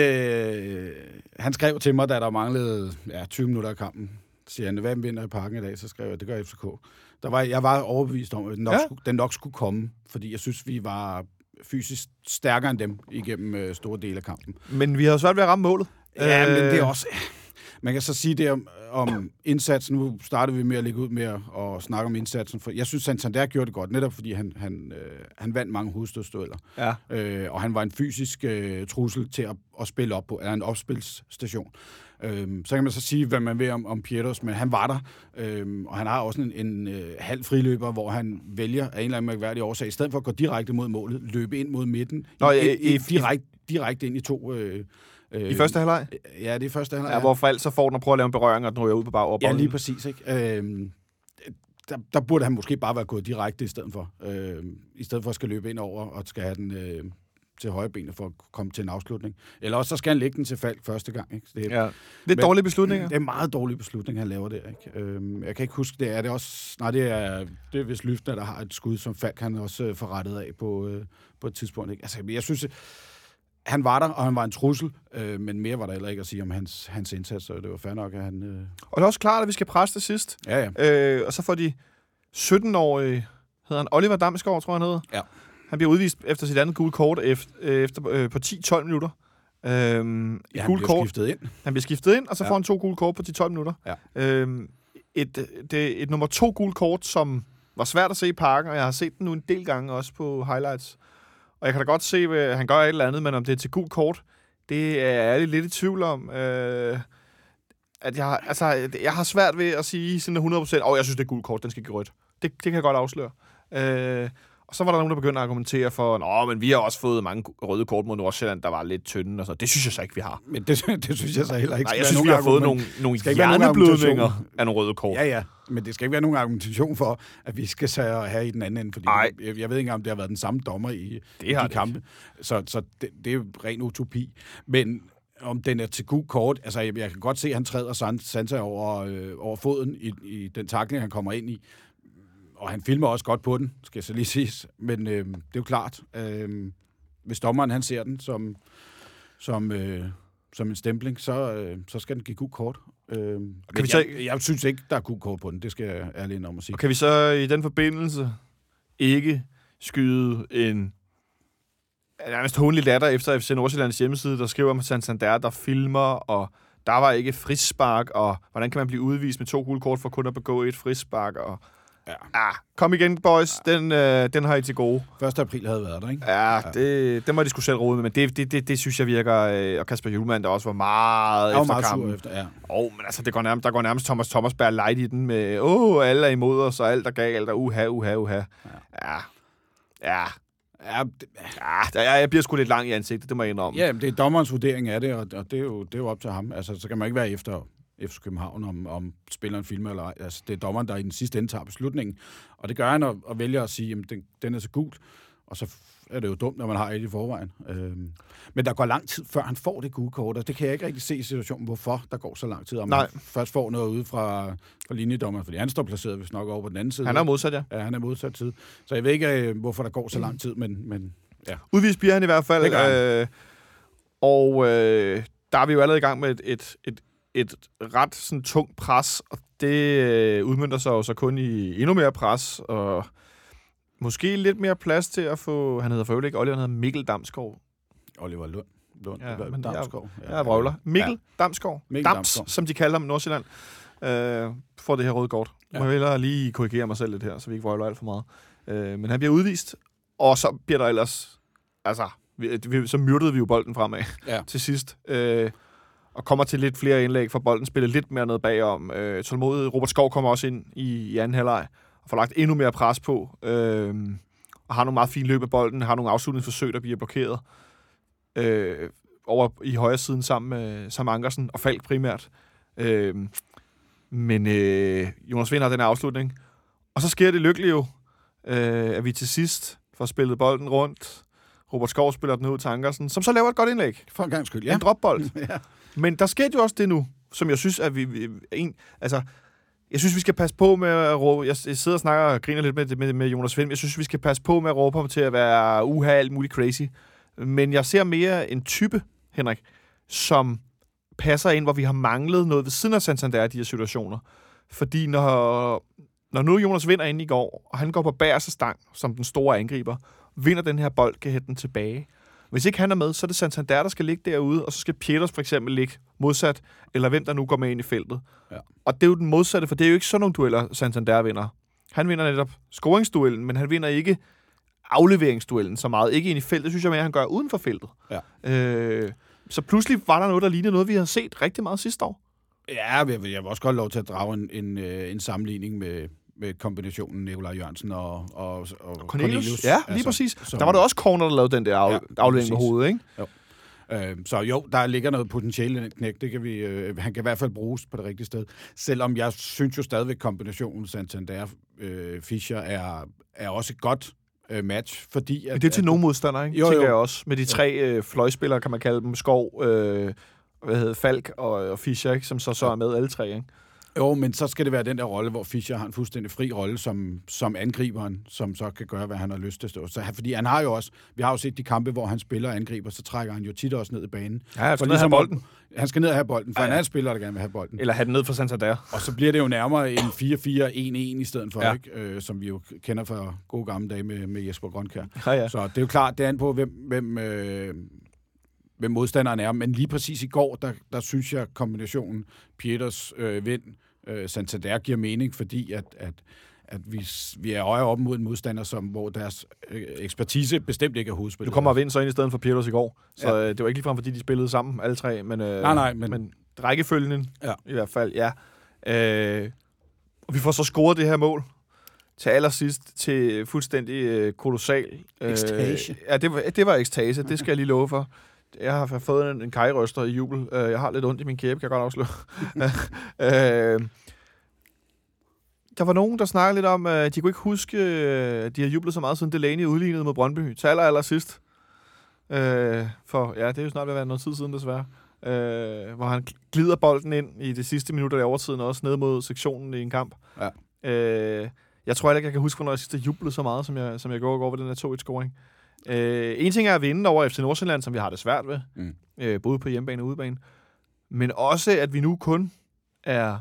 Han skrev til mig, da der manglede 20 minutter af kampen. Siger han, hvem vinder i Parken i dag? Så skrev jeg, det gør FCK. Jeg var overbevist om, at den nok skulle komme, fordi jeg synes, vi var fysisk stærkere end dem igennem store dele af kampen. Men vi har jo svært ved at ramme målet. Ja, men det er også... Man kan så sige det om indsatsen. Nu startede vi med at lægge ud med at snakke om indsatsen. For jeg synes, Santander gjorde det godt, netop fordi han vandt mange hovedstødstueller. Ja. Og han var en fysisk trussel til at spille op på, eller en opspilsstation. Så kan man så sige, hvad man vil om Pieters, men han var der. Og han har også en halv friløber, hvor han vælger af en eller anden mærkværdig årsag, i stedet for at gå direkte mod målet, løbe ind mod midten, direkte ind i to... I første halvleg? Ja, det er første halvleg. Ja, hvor Frelt så får den og prøver at lave en berøring, og den ryger ud på bagård. Ja, lige præcis. Ikke? Der burde han måske bare være gået direkte i stedet for. I stedet for at skal løbe ind over og skal have den til højre benet for at komme til en afslutning. Eller også så skal han lægge den til Falk første gang. Ikke? Det er dårlige beslutninger. Det er meget dårlige beslutninger, han laver der. Ikke? Jeg kan ikke huske, det er det også... Nej, det er vist Lyftner, der har et skud, som Falk han også forrettet af på et tidspunkt. Ikke? Altså, jeg synes... Han var der, og han var en trussel, men mere var der heller ikke at sige om hans indsats, så det var fair nok, at han... Og det er også klart, at vi skal presse det sidst. Ja. Og så får de 17-årige, hedder han Oliver Damsgaard, tror jeg, han hedder. Ja. Han bliver udvist efter sit andet gule kort efter på 10-12 minutter. Han bliver skiftet ind. Han bliver skiftet ind, og så får han 2 gule kort på 10-12 minutter. Ja. Et nummer 2 gule kort, som var svært at se i Parken, og jeg har set den nu en del gange også på highlights. Og jeg kan da godt se, at han gør et eller andet, men om det er til gul kort, det er jeg lidt i tvivl om. At jeg har svært ved at sige sådan 100%, jeg synes, det er gul kort, den skal give rødt. Det kan jeg godt afsløre. Og så var der nogen, der begyndte at argumentere for, men vi har også fået mange røde kort mod Nordsjælland, der var lidt tynde og sådan. Det synes jeg så ikke, vi har. Men det synes jeg så heller ikke. Nej, jeg synes, vi har fået nogle hjerneblødninger af nogle røde kort. Ja, men det skal ikke være nogen argumentation for, at vi skal have i den anden ende, fordi jeg ved ikke, om det har været den samme dommer i de kampe. Så det er jo ren utopi. Men om den er til gul kort, altså jeg kan godt se, at han træder Santa over foden i den tackling, han kommer ind i. Og han filmer også godt på den, skal jeg så lige siges. Men det er jo klart, hvis dommeren han ser den som en stempling, så skal den give gul kort. Jeg synes ikke, der er gul kort på den. Det skal jeg ærligt om at sige. Og kan vi så i den forbindelse ikke skyde en nærmest hånlig latter efter FC Nordsjællands hjemmeside, der skriver om Santander, der filmer, og der var ikke frispark, og hvordan kan man blive udvist med 2 gule kort for kun at begå et frispark, og kom igen, boys, den har I til gode. 1. april havde været der, ikke? Ja, det må de sgu selv rode med, men det synes jeg virker, og Kasper Hjulmand, der også var meget efter kampen. Men altså, der går nærmest Thomas Thomasberg light i den med, alle er imod os, og alt er galt, og uha. Jeg bliver sgu lidt lang i ansigtet, det må jeg indrømme. Ja, det er dommerens vurdering af det, og det er jo op til ham. Altså, så kan man ikke være efter FC København, om spilleren filmer eller ej. Altså, det er dommeren, der i den sidste ende tager beslutningen. Og det gør han og vælger at sige, at den er så gul. Og så er det jo dumt, når man har et i forvejen. Men der går lang tid, før han får det gule kort, og det kan jeg ikke rigtig se i situationen, hvorfor der går så lang tid. Om han først får noget ude fra linjedommeren, fordi han står placeret, hvis nok over på den anden side. Han er modsat, ja. Ja, han er modsat side. Så jeg ved ikke, hvorfor der går så lang tid, men ja. Udvist bliver han i hvert fald. Der er vi jo allerede i gang med et ret sådan tungt pres, og det udmønter sig jo så kun i endnu mere pres, og måske lidt mere plads til at få... Han hedder for øvrigt ikke Oliver, han hedder Mikkel Damsgaard. Oliver Lund. Ja, men Damsgaard. Jeg vrøvler. Mikkel Damsgaard. Dams, som de kalder ham i Nordsjælland. For det her røde kort. Må jeg hellere lige korrigere mig selv lidt her, så vi ikke vrøvler alt for meget. Men han bliver udvist, og så bliver der ellers... Altså, så myrdede vi jo bolden fremad til sidst. Og kommer til lidt flere indlæg, for bolden spiller lidt mere ned bagom. Tålmodig. Robert Skov kommer også ind i anden halvleg og får lagt endnu mere pres på. Og har nogle meget fine løb af bolden, har nogle afslutningsforsøg, der bliver blokeret. Over i højre siden sammen med Ankersen og Falk primært. Men Jonas Vind har den her afslutning. Og så sker det lykkeligt jo, at vi til sidst får spillet bolden rundt. Robert Skov spiller den ud til Ankersen, som så laver et godt indlæg. For en gang skyld, ja. En dropbold. Ja. Men der sker jo også det nu, som jeg synes, at jeg synes, vi skal passe på med at råbe... Jeg sidder og snakker og griner lidt med Jonas Vind. Jeg synes, vi skal passe på med at råbe ham til at være alt muligt crazy. Men jeg ser mere en type, Henrik, som passer ind, hvor vi har manglet noget ved siden af Santander i de her situationer. Fordi når nu Jonas Vind er inde i går, og han går på bagerste stang som den store angriber, vinder den her bold, kan hætte den tilbage. Hvis ikke han er med, så er det Santander, der skal ligge derude, og så skal Pieters for eksempel ligge modsat, eller hvem der nu går med ind i feltet. Ja. Og det er jo den modsatte, for det er jo ikke sådan nogle dueller, Santander vinder. Han vinder netop scoringsduellen, men han vinder ikke afleveringsduellen så meget. Ikke ind i feltet, synes jeg mere, han gør uden for feltet. Ja. Så pludselig var der noget, der lignede noget, vi havde set rigtig meget sidste år. Ja, jeg vil også godt lov til at drage en sammenligning med kombinationen Nikolaj Jørgensen og Cornelius. Ja, lige præcis. Der var det også Corner, der lavede den der aflevering med hovedet, ikke? Jo. Så jo, der ligger noget potentiale i den knæk. Det kan vi, han kan i hvert fald bruges på det rigtige sted. Selvom jeg synes jo stadigvæk, kombinationen Santander-Fischer er også et godt match, fordi... Men det er til nogle modstandere, ikke? Tænker jeg også. Med de 3 fløjspillere, kan man kalde dem, Skov, Falk og Fischer, ikke? Som så er med alle 3, ikke? Jo, men så skal det være den der rolle, hvor Fischer har en fuldstændig fri rolle som angriberen, som så kan gøre, hvad han har lyst til at stå. Så, fordi han har jo også, vi har jo set de kampe, hvor han spiller og angriber, så trækker han jo tit også ned i banen. Ja, han skal ned og have bolden. Han skal ned og have bolden, for han er en spiller, der gerne vil have bolden. Eller have den ned for Santander. Og så bliver det jo nærmere en 4-4-1-1 i stedet for, ikke? Som vi jo kender fra gode gamle dage med Jesper Grønkjær. Ja. Så det er jo klart, det er an på, hvem modstanderen er. Men lige præcis i går, der synes jeg, kombinationen Pieters Vind, Santander giver mening, fordi at vi er øje op mod en modstander, hvor deres ekspertise bestemt ikke er hovedspillet. Du kommer og vinder så ind i stedet for Pieters i går. Så det var ikke ligefrem, fordi de spillede sammen, alle 3. Men, men rækkefølgen i hvert fald, ja. Og vi får så scoret det her mål til allersidst til fuldstændig kolossal. Ekstase. Ja, det var ekstase, det skal jeg lige love for. Jeg har fået en kajrøster i jubel. Jeg har lidt ondt i min kæbe, kan jeg godt afsløre. Der var nogen, der snakkede lidt om, at de kunne ikke huske, at de har jublet så meget, siden Delaney udlignede mod Brøndby. Til aller sidst. For det er jo snart ved at være noget tid siden, desværre. Hvor han glider bolden ind i det sidste minutter af overtiden, også ned mod sektionen i en kamp. Ja. Jeg tror heller ikke, jeg kan huske, hvornår jeg sidst jublede så meget, som jeg går ved den her 2-1-scoring. En ting er at vinde over FC Nordsjælland, som vi har det svært ved, både på hjemmebane og udebane, men også, at vi nu kun er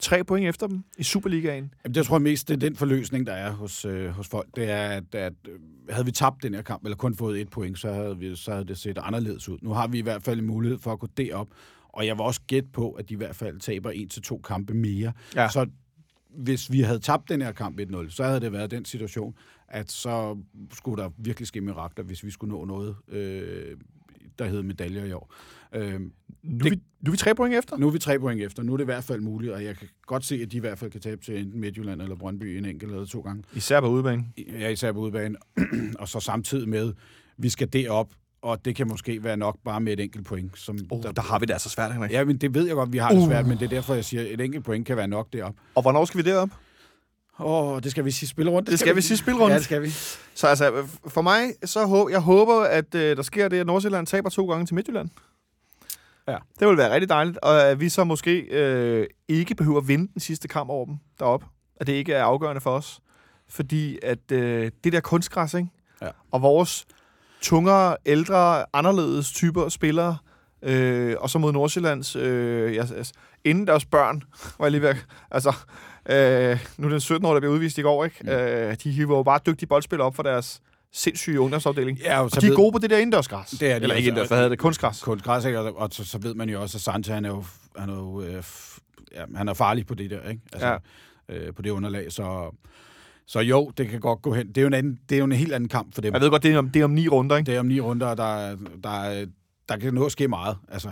3 point efter dem i Superligaen. Jamen, det tror jeg mest, det er den forløsning, der er hos folk. Det er, at havde vi tabt den her kamp, eller kun fået 1 point, så havde det set anderledes ud. Nu har vi i hvert fald en mulighed for at gå derop, og jeg vil også gætte på, at de i hvert fald taber 1-2 kampe mere. Ja. Så hvis vi havde tabt den her kamp 1-0, så havde det været den situation, at så skulle der virkelig ske mirakler, hvis vi skulle nå noget, der hed medaljer i år. Nu er vi 3 point efter? Nu er vi 3 point efter. Nu er det i hvert fald muligt, og jeg kan godt se, at de i hvert fald kan tabe til enten Midtjylland eller Brøndby en enkelt eller 2 gange. Især på udebane? Ja, især på udebane. Og så samtidig med, vi skal derop, og det kan måske være nok bare med et enkelt point. Som der har vi det altså svært, Henrik. Ja, men det ved jeg godt, vi har det svært, men det er derfor, jeg siger, at et enkelt point kan være nok derop. Og hvornår skal vi derop? Det skal vi sige spilrunde. Det skal vi sige spilrunde. Ja, det skal vi. Så altså, for mig, jeg håber, at der sker det, at Nordsjælland taber 2 gange til Midtjylland. Ja. Det vil være rigtig dejligt, og at vi så måske ikke behøver at vinde den sidste kamp over dem deroppe. At det ikke er afgørende for os. Fordi at det der kunstgræs, ikke? Ja. Og vores tungere, ældre, anderledes typer spillere, og så mod Nordsjællands indendørs børn, var jeg lige ved altså, nu er den 17 år, der blev udvist i går, ikke? De hiver jo bare dygtige boldspillere op for deres sindssyge ungdomsafdeling. Ja, og de er gode på det der indendørsgræs. Det er de. Eller ikke indendørs, hvad hedder det? Kunstgræs. Kunstgræs, ikke? Og så ved man jo også, at Sante, han er farlig på det der, ikke? Altså, på det underlag, så jo, det kan godt gå hen. Det er jo en helt anden kamp for dem. Jeg ved godt, det er om 9 runder, ikke? Det er om 9 runder, og der kan nå at ske meget. Altså,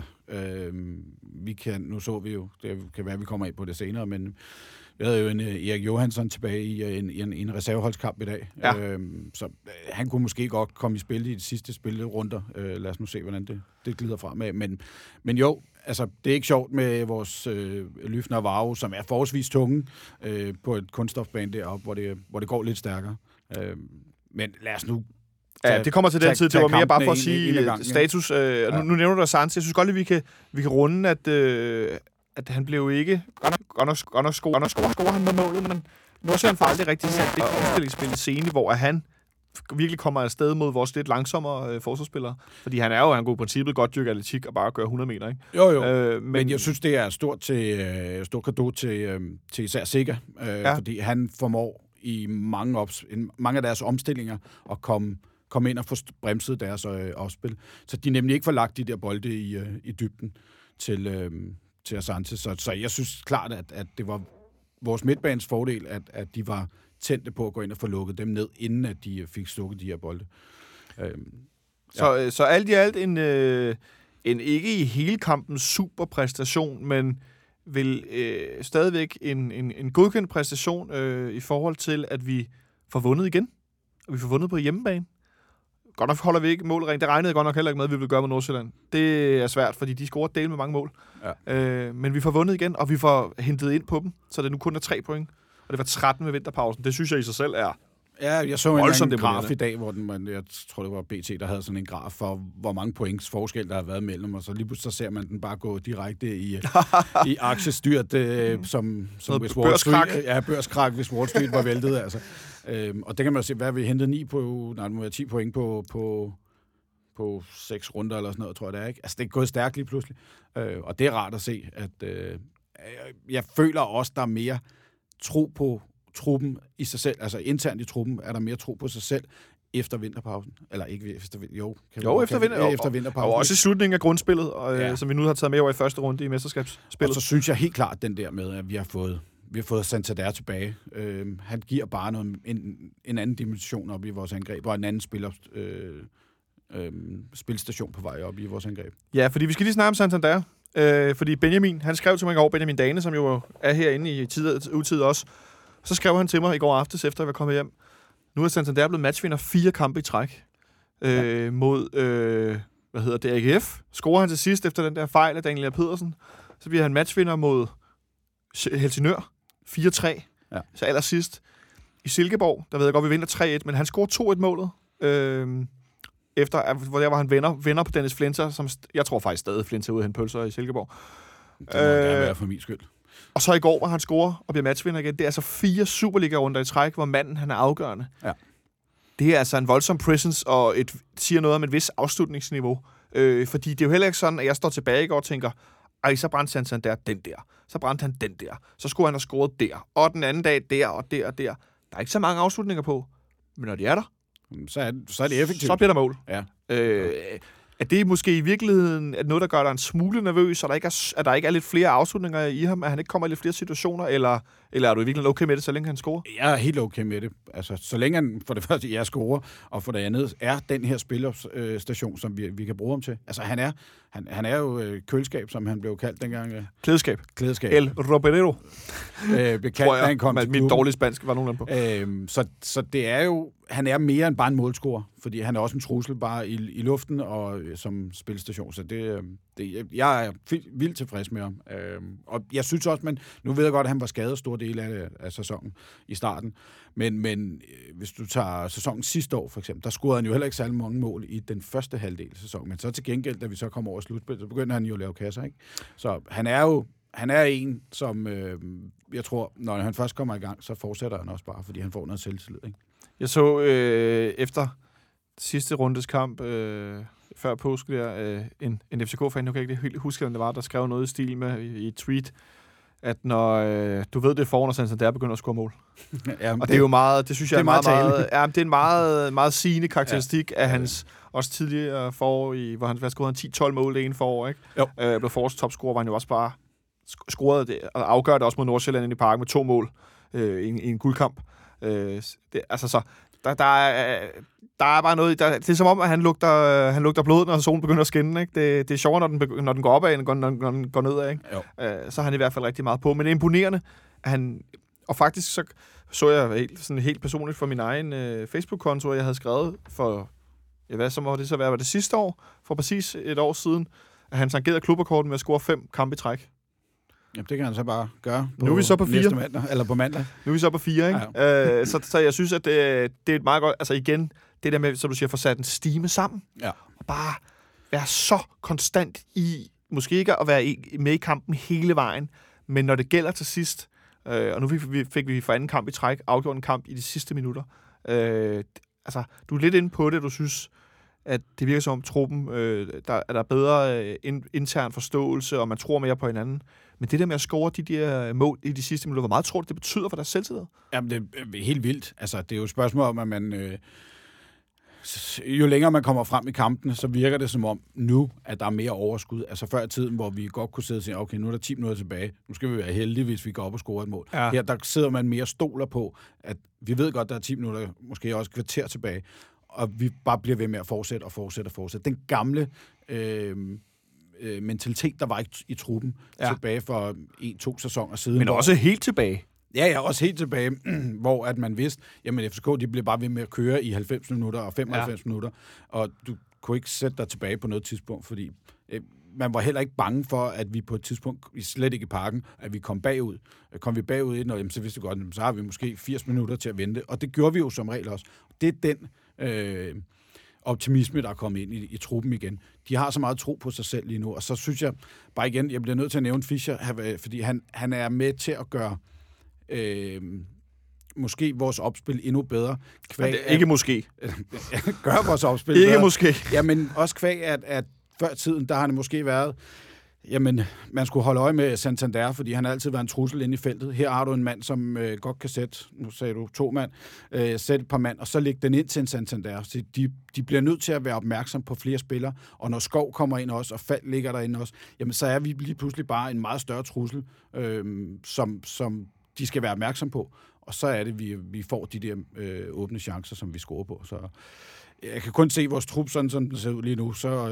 nu så vi jo, det kan være, vi kommer ind på det senere, men vi havde jo en Erik Johansson tilbage i en reserveholdskamp i dag. Ja. Så han kunne måske godt komme i spil i de sidste spillerunder. Lad os nu se, hvordan det glider frem med. Men jo, altså, det er ikke sjovt med vores Lyfner og Varo, som er forholdsvis tunge på et kunststofbane deroppe, hvor det går lidt stærkere. Men lad os nu... Ja, det kommer til den tid. Det var mere bare for at sige status. Nu nævner du Sands. Jeg synes godt, at vi kan runde, at han blev ikke... Godt nok score han med målet, men Nordsjælland får aldrig rigtig sat det omstillingsspil i scene, hvor han virkelig kommer afsted mod vores lidt langsommere forsvarsspillere. Fordi han går i princippet godt dyrke atletik og bare gøre 100 meter, ikke? Jo. Men jeg synes, det er stort cadeau til især Sikker, fordi han formår i mange af deres omstillinger at komme ind og få bremset deres opspil. Så de nemlig ikke får lagt de der bolde i dybden til Asante. Så jeg synes klart, at det var vores midtbanes fordel, at de var tændte på at gå ind og få lukket dem ned, inden at de fik stukket de her bolde. Så alt i alt en ikke i hele kampen super præstation, men vel stadigvæk en godkendt præstation i forhold til, at vi får vundet igen. Og vi får vundet på hjemmebane. Godt nok holder vi ikke målring. Det regnede godt nok heller ikke med, at vi ville gøre med Nordsjælland. Det er svært, fordi de scorer del med mange mål. Ja. Men vi får vundet igen, og vi får hentet ind på dem, så det nu kun er 3 point. Og det var 13 med vinterpausen. Det synes jeg i sig selv er... Ja, jeg så en graf i dag, hvor jeg tror, det var BT, der havde sådan en graf for, hvor mange points forskel, der har været mellem, og så lige pludselig så ser man den bare gå direkte i aktiestyrt, som hvis børskrak. Børskrak, hvis Wall Street var væltet, altså. Og det kan man jo se, hvad vi hentede 10 point på 6 runder eller sådan noget, tror jeg det er, ikke? Altså, det er gået stærkt lige pludselig. Og det er rart at se, at jeg føler også, der er mere tro på truppen i sig selv, altså internt i truppen, er der mere tro på sig selv efter vinterpausen. Eller ikke efter efter vinterpausen. Og også i slutningen af grundspillet, som vi nu har taget med over i første runde i mesterskabsspillet. Og så synes jeg helt klart den der med, at vi har fået Santander tilbage. Han giver bare en anden dimension op i vores angreb, og en anden spilstation på vej op i vores angreb. Ja, fordi vi skal lige snakke om Santander. Fordi Benjamin, han skrev til mig i går, Benjamin Dane, som jo er herinde i utid også. Så skrev han til mig i går aftes, efter jeg var kommet hjem. Nu er Santander blevet matchvinder 4 kampe i træk mod, AGF. Scorer han til sidst efter den der fejl af Daniel Pedersen. Så bliver han matchvinder mod Helsingør 4-3. Ja. Så allersidst i Silkeborg, der ved jeg godt, vi vinder 3-1, men han scorer 2-1 målet. Efter, hvor der var han venner på Dennis Flinter, som jeg tror faktisk stadig Flinter ud af hente pølser i Silkeborg. Det må gerne være for min skyld. Og så i går, hvor han scorer og bliver matchvinder igen. Det er altså 4 Superliga-runder i træk, hvor manden han er afgørende. Ja. Det er altså en voldsom presence, og siger noget om et vis afslutningsniveau. Fordi det er jo heller ikke sådan, at jeg står tilbage i går og tænker, ej, så brændte Santander den der. Så brændte han den der. Så skulle han have scoret der. Og den anden dag der og der og der. Der er ikke så mange afslutninger på. Men når de er der, så er det effektivt. Så bliver der mål. Ja. Er det måske i virkeligheden noget, der gør dig en smule nervøs, at der ikke er lidt flere afslutninger i ham, at han ikke kommer i lidt flere situationer, eller er du i virkeligheden okay med det, så længe han scorer? Jeg er helt okay med det. Altså, så længe han for det første scorer, og for det andet er den her spillerstation, som vi kan bruge ham til. Altså, han er jo køleskab, som han blev kaldt dengang. Klædeskab. El Roberero. Blev kaldt, da han kom til klubben. Mit dårlige spansk var nogen på. Så det er jo, han er mere end bare en målscorer, fordi han er også en trussel bare i luften og som spilstation. Så jeg er vildt tilfreds med ham. Og jeg synes også, men nu ved jeg godt, at han var skadet stor del af sæsonen i starten. Men hvis du tager sæsonen sidste år, for eksempel, der scorede han jo heller ikke særlig mange mål i den første halvdel af sæsonen. Men så til gengæld, da vi så kom over slutspil, så begyndte han jo at lave kasser, ikke? Så han er en, som jeg tror, når han først kommer i gang, så fortsætter han også bare, fordi han får noget selvtillid, ikke? Jeg så efter sidste rundes kamp, før påske der, en FCK-fan, jeg kan ikke helt huske, hvem det var, der skrev noget i stil med i et tweet, at når du ved, det er foran, og Santander begynder at score mål. Ja, og det er jo meget, det synes jeg er meget det er en meget, meget sigende karakteristik af hans også tidligere forår, hvor han scorede 10-12 mål det ene forår, ikke? Blev forårs topscorer, var han jo også bare scorede det, og afgør det også mod Nordsjælland i parken med 2 mål i en guldkamp. Der er bare noget. Det er som om, at han lugter blod, når solen begynder at skinne. Ikke? Det er sjovere, når den går opad, end når den går nedad. Ikke? Så er han i hvert fald rigtig meget på. Men det er imponerende, at han... Og faktisk så jeg helt personligt for min egen Facebook-konto, at jeg havde skrevet for... Var det sidste år? For præcis et år siden, at han tangerede klubrekorden med at score 5 kampe i træk. Jamen, det kan han så bare gøre nu er vi så på 4. Mandag, eller på mandag. Nu er vi så på 4, ikke? Ja. Så jeg synes, at det er et meget godt... Altså igen, det der med, som du siger, få sat en stime sammen. Ja. Og bare være så konstant i... Måske ikke at være med i kampen hele vejen, men når det gælder til sidst... og nu fik vi for anden kamp i træk, afgjort en kamp i de sidste minutter. Altså, du er lidt inde på det, du synes... at det virker som om truppen, der er bedre intern forståelse, og man tror mere på hinanden. Men det der med at score de der mål i de sidste minutter, hvor meget tror du, det betyder for deres selvtillid? Jamen, det er helt vildt. Altså, det er jo et spørgsmål om, at man... jo længere man kommer frem i kampene, så virker det som om nu, at der er mere overskud. Altså før i tiden, hvor vi godt kunne sidde og sige, okay, nu er der 10 minutter tilbage. Nu skal vi være heldige, hvis vi går op og scorer et mål. Ja. Her, der sidder man mere stoler på, at vi ved godt, der er 10 minutter, måske også kvarter tilbage, og vi bare bliver ved med at fortsætte. Den gamle mentalitet, der var i truppen tilbage for 1-2 sæsoner siden. Men også helt tilbage. Ja, også helt tilbage, hvor at man vidste, jamen FCK, de blev bare ved med at køre i 90 minutter og 95 minutter, og du kunne ikke sætte dig tilbage på noget tidspunkt, fordi man var heller ikke bange for, at vi på et tidspunkt, slet ikke i parken, at vi kom bagud. Kom vi bagud ind, og så vidste vi godt, så har vi måske 80 minutter til at vente, og det gjorde vi jo som regel også. Det er den optimisme, der er kommet ind i truppen igen. De har så meget tro på sig selv lige nu, og så synes jeg bare igen, jeg bliver nødt til at nævne Fischer, fordi han er med til at gøre måske vores opspil endnu bedre. Ikke måske. Gør vores opspil ikke bedre. Måske. Jamen, også kvæg, at før tiden, der har det måske været, jamen, man skulle holde øje med Santander, fordi han har altid været en trussel inde i feltet. Her har du en mand, som godt kan sætte, nu sagde du 2 mand, sætte et par mand, og så lægge den ind til en Santander. Så de bliver nødt til at være opmærksom på flere spillere, og når Skov kommer ind også, og Fald ligger derinde også, jamen, så er vi lige pludselig bare en meget større trussel, som de skal være opmærksom på. Og så er det, vi får de der åbne chancer, som vi scorer på. Så jeg kan kun se vores trup, sådan som den ser ud lige nu, så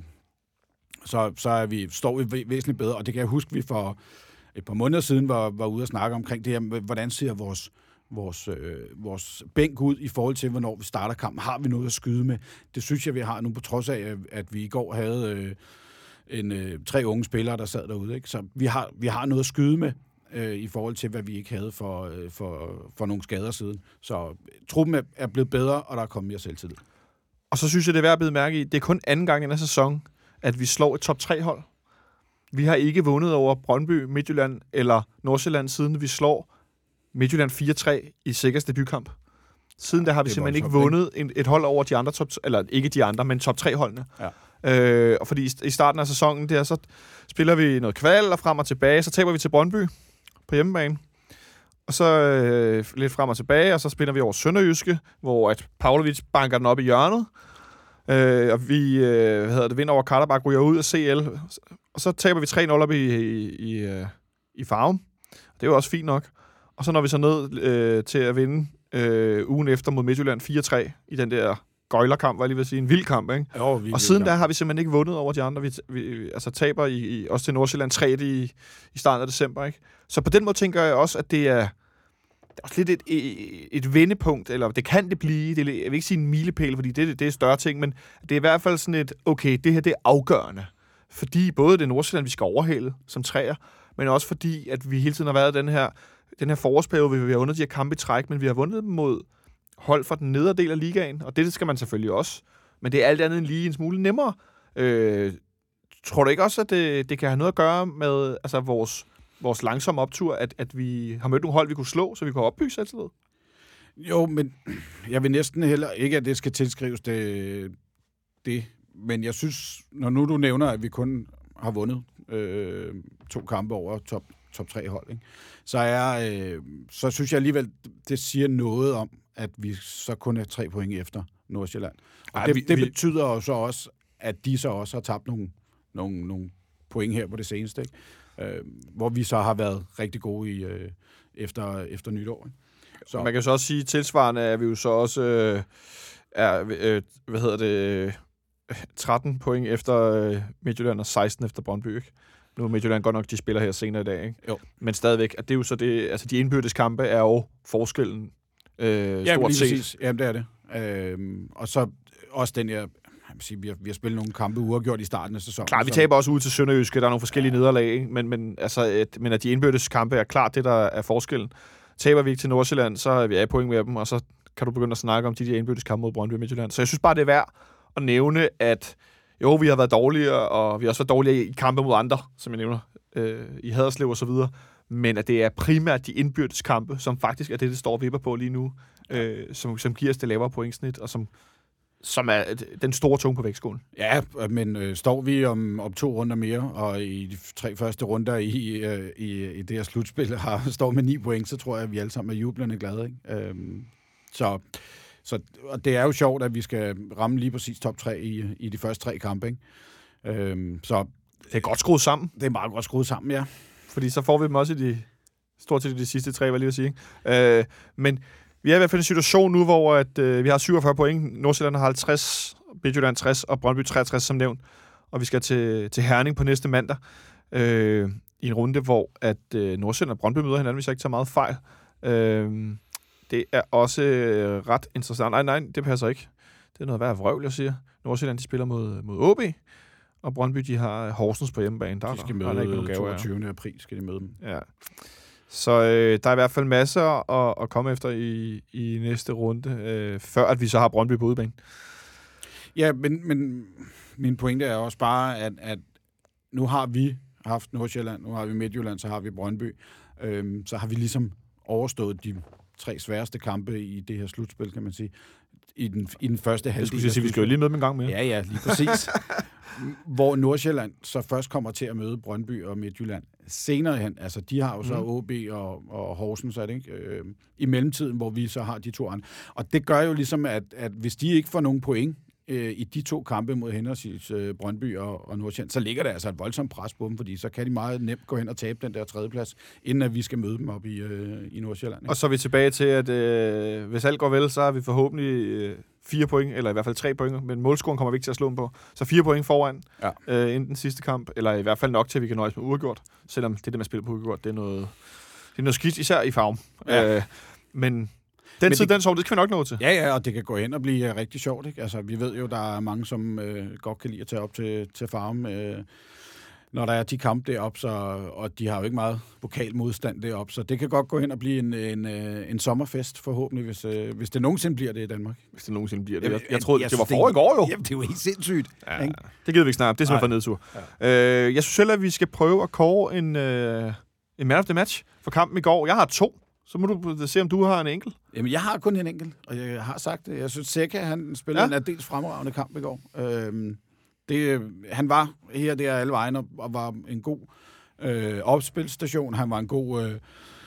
står vi væsentligt bedre. Og det kan jeg huske, vi for et par måneder siden var ude og snakke omkring det her, hvordan ser vores bænk ud i forhold til, hvornår vi starter kampen. Har vi noget at skyde med? Det synes jeg, vi har nu, på trods af, at vi i går havde 3 unge spillere, der sad derude. Ikke? Så vi har noget at skyde med, i forhold til, hvad vi ikke havde for nogle skader siden. Så truppen er blevet bedre, og der er kommet mere selvtillid. Og så synes jeg, det er værd at bide mærke i, det er kun anden gang i den sæson, at vi slår et top 3-hold. Vi har ikke vundet over Brøndby, Midtjylland eller Nordsjælland, siden vi slår Midtjylland 4-3 i Sikkers debutkamp. Siden der har vi simpelthen ikke vundet et hold over de andre eller ikke de andre, men top 3-holdene. Og fordi i starten af sæsonen der, så spiller vi noget kval og frem og tilbage, så taber vi til Brøndby på hjemmebane. Og så lidt frem og tilbage, og så spiller vi over Sønderjyske, hvor at Pavlovic banker den op i hjørnet. Og vi vinder over Karlabak, ryger ud af CL. Og så taber vi 3-0 op i Farum. Det er jo også fint nok. Og så når vi så ned til at vinde ugen efter mod Midtjylland 4-3 i den der gøjlerkamp, var jeg lige ved at sige, en vild kamp, ikke? Jo, og siden der har vi simpelthen ikke vundet over de andre. Vi altså taber også til Nordsjælland 3 i starten af december, ikke? Så på den måde tænker jeg også, at det er også lidt et vendepunkt, eller det kan det blive. Jeg vil ikke sige en milepæl, fordi det er større ting, men det er i hvert fald sådan et, okay, det her det er afgørende. Fordi både det Nordsjælland, vi skal overhale som træer, men også fordi, at vi hele tiden har været den her forårsperiode, hvor vi har vundet de her kampe i træk, men vi har vundet dem mod hold fra den nedre del af ligaen, og det skal man selvfølgelig også. Men det er alt andet end lige en smule nemmere. Tror du ikke også, at det kan have noget at gøre med altså vores langsomme optur, at vi har mødt nogle hold, vi kunne slå, så vi kunne opbygge selvtillid? Jo, men jeg vil næsten heller ikke, at det skal tilskrives det. Men jeg synes, når nu du nævner, at vi kun har vundet 2 kampe over top 3 hold, ikke? Så synes jeg alligevel, det siger noget om, at vi så kun er 3 point efter Nordsjælland. Og det betyder jo så også, at de så også har tabt nogle point her på det seneste, ikke? Hvor vi så har været rigtig gode efter nytår. Ikke? Så. Man kan så også sige, tilsvarende er vi jo så også 13 point efter Midtjylland og 16 efter Brøndby, ikke? Nu er Midtjylland godt nok, de spiller her senere i dag, ikke? Jo. Men stadigvæk, at det er jo så det, altså de indbyrdes kampe er jo forskellen stort set. Præcis. Jamen, det er det. Og så også den her, vi har spillet nogle kampe uafgjort i starten af sæsonen. Klar, vi taber også ud til Sønderjyske, der er nogle forskellige nederlag, ikke? Men at de indbyrdes kampe er klart det, der er forskellen. Taber vi ikke til Nordsjælland, så er vi af point med dem, og så kan du begynde at snakke om de indbyrdes kampe mod Brøndby og Midtjylland. Så jeg synes bare, det er værd at nævne, at jo, vi har været dårligere, og vi har også været dårligere i kampe mod andre, som jeg nævner, i Haderslev og så videre, men at det er primært de indbyrdes kampe, som faktisk er det står og vipper på lige nu, som giver os det lavere pointsnit, og som er den store tunge på vægtskålen. Ja, men står vi om 2 runder mere, og i de 3 første runder i det her slutspil står med 9 point, så tror jeg, at vi alle sammen er jublende glade, ikke? Så og det er jo sjovt, at vi skal ramme lige præcis top 3 i de første 3 kampe, ikke? Så det er godt skruet sammen. Det er meget godt skruet sammen, ja. Fordi så får vi dem også i stort set de sidste 3, var lige at sige. Men vi er i hvert fald i en situation nu, hvor vi har 47 point. Nordsjælland har 50, Midtjylland 60 og Brøndby 63, som nævnt. Og vi skal til Herning på næste mandag i en runde, hvor Nordsjælland og Brøndby møder hinanden, hvis jeg ikke tager meget fejl. Det er også ret interessant. Nej, det passer ikke. Det er noget værd vrøvl, jeg siger. Nordsjælland, de spiller mod OB, og Brøndby, de har Horsens på hjemmebane. De skal møde 22. april, skal de møde dem. Ja. Så der er i hvert fald masser at komme efter i næste runde, før at vi så har Brøndby på udebane. Ja, men min pointe er også bare, at nu har vi haft Nordsjælland, nu har vi Midtjylland, så har vi Brøndby. Så har vi ligesom overstået de 3 sværeste kampe i det her slutspil, kan man sige, i den første halvdel. Jeg skulle sige, vi skal jo lige med dem en gang mere. Ja, lige præcis. Hvor Nordsjælland så først kommer til at møde Brøndby og Midtjylland senere hen. Altså, de har jo så OB og Horsens, er det ikke? I mellemtiden, hvor vi så har de 2 andre. Og det gør jo ligesom, at hvis de ikke får nogen point i de 2 kampe mod henholdsvis Brøndby og Nordsjælland, så ligger der altså et voldsomt pres på dem, fordi så kan de meget nemt gå hen og tabe den der 3. plads, inden at vi skal møde dem op i Nordsjælland. Ikke? Og så er vi tilbage til, at hvis alt går vel, så har vi forhåbentlig 4 point, eller i hvert fald 3 point, men målscoren kommer vi ikke til at slå dem på. Så 4 point foran inden den sidste kamp, eller i hvert fald nok til, at vi kan nøjes med uafgjort, selvom det man spiller på uafgjort, det er noget skidt, især i farven. Ja. Men det skal vi nok nå til. Ja, og det kan gå hen og blive rigtig sjovt, ikke? Altså, vi ved jo, der er mange, som godt kan lide at tage op til farven, når der er de kampe deroppe, og de har jo ikke meget vokal modstand deroppe, så det kan godt gå hen og blive en sommerfest, forhåbentlig, hvis det nogensinde bliver det i Danmark. Hvis det nogensinde bliver det. Jeg troede, det var for i går jo. Jamen, det er jo helt sindssygt. Ja, det gider vi ikke snakke. Det er simpelthen for nedtur. Ja. Jeg synes selv, at vi skal prøve at kåre en man of the match for kampen i går. Jeg har 2. Så må du se, om du har en enkelt. Jamen, jeg har kun en enkelt, og jeg har sagt det. Jeg synes, Seca, han spillede en aldeles fremragende kamp i går. Han var her der alle vejen og var en god opspilstation. Han var en god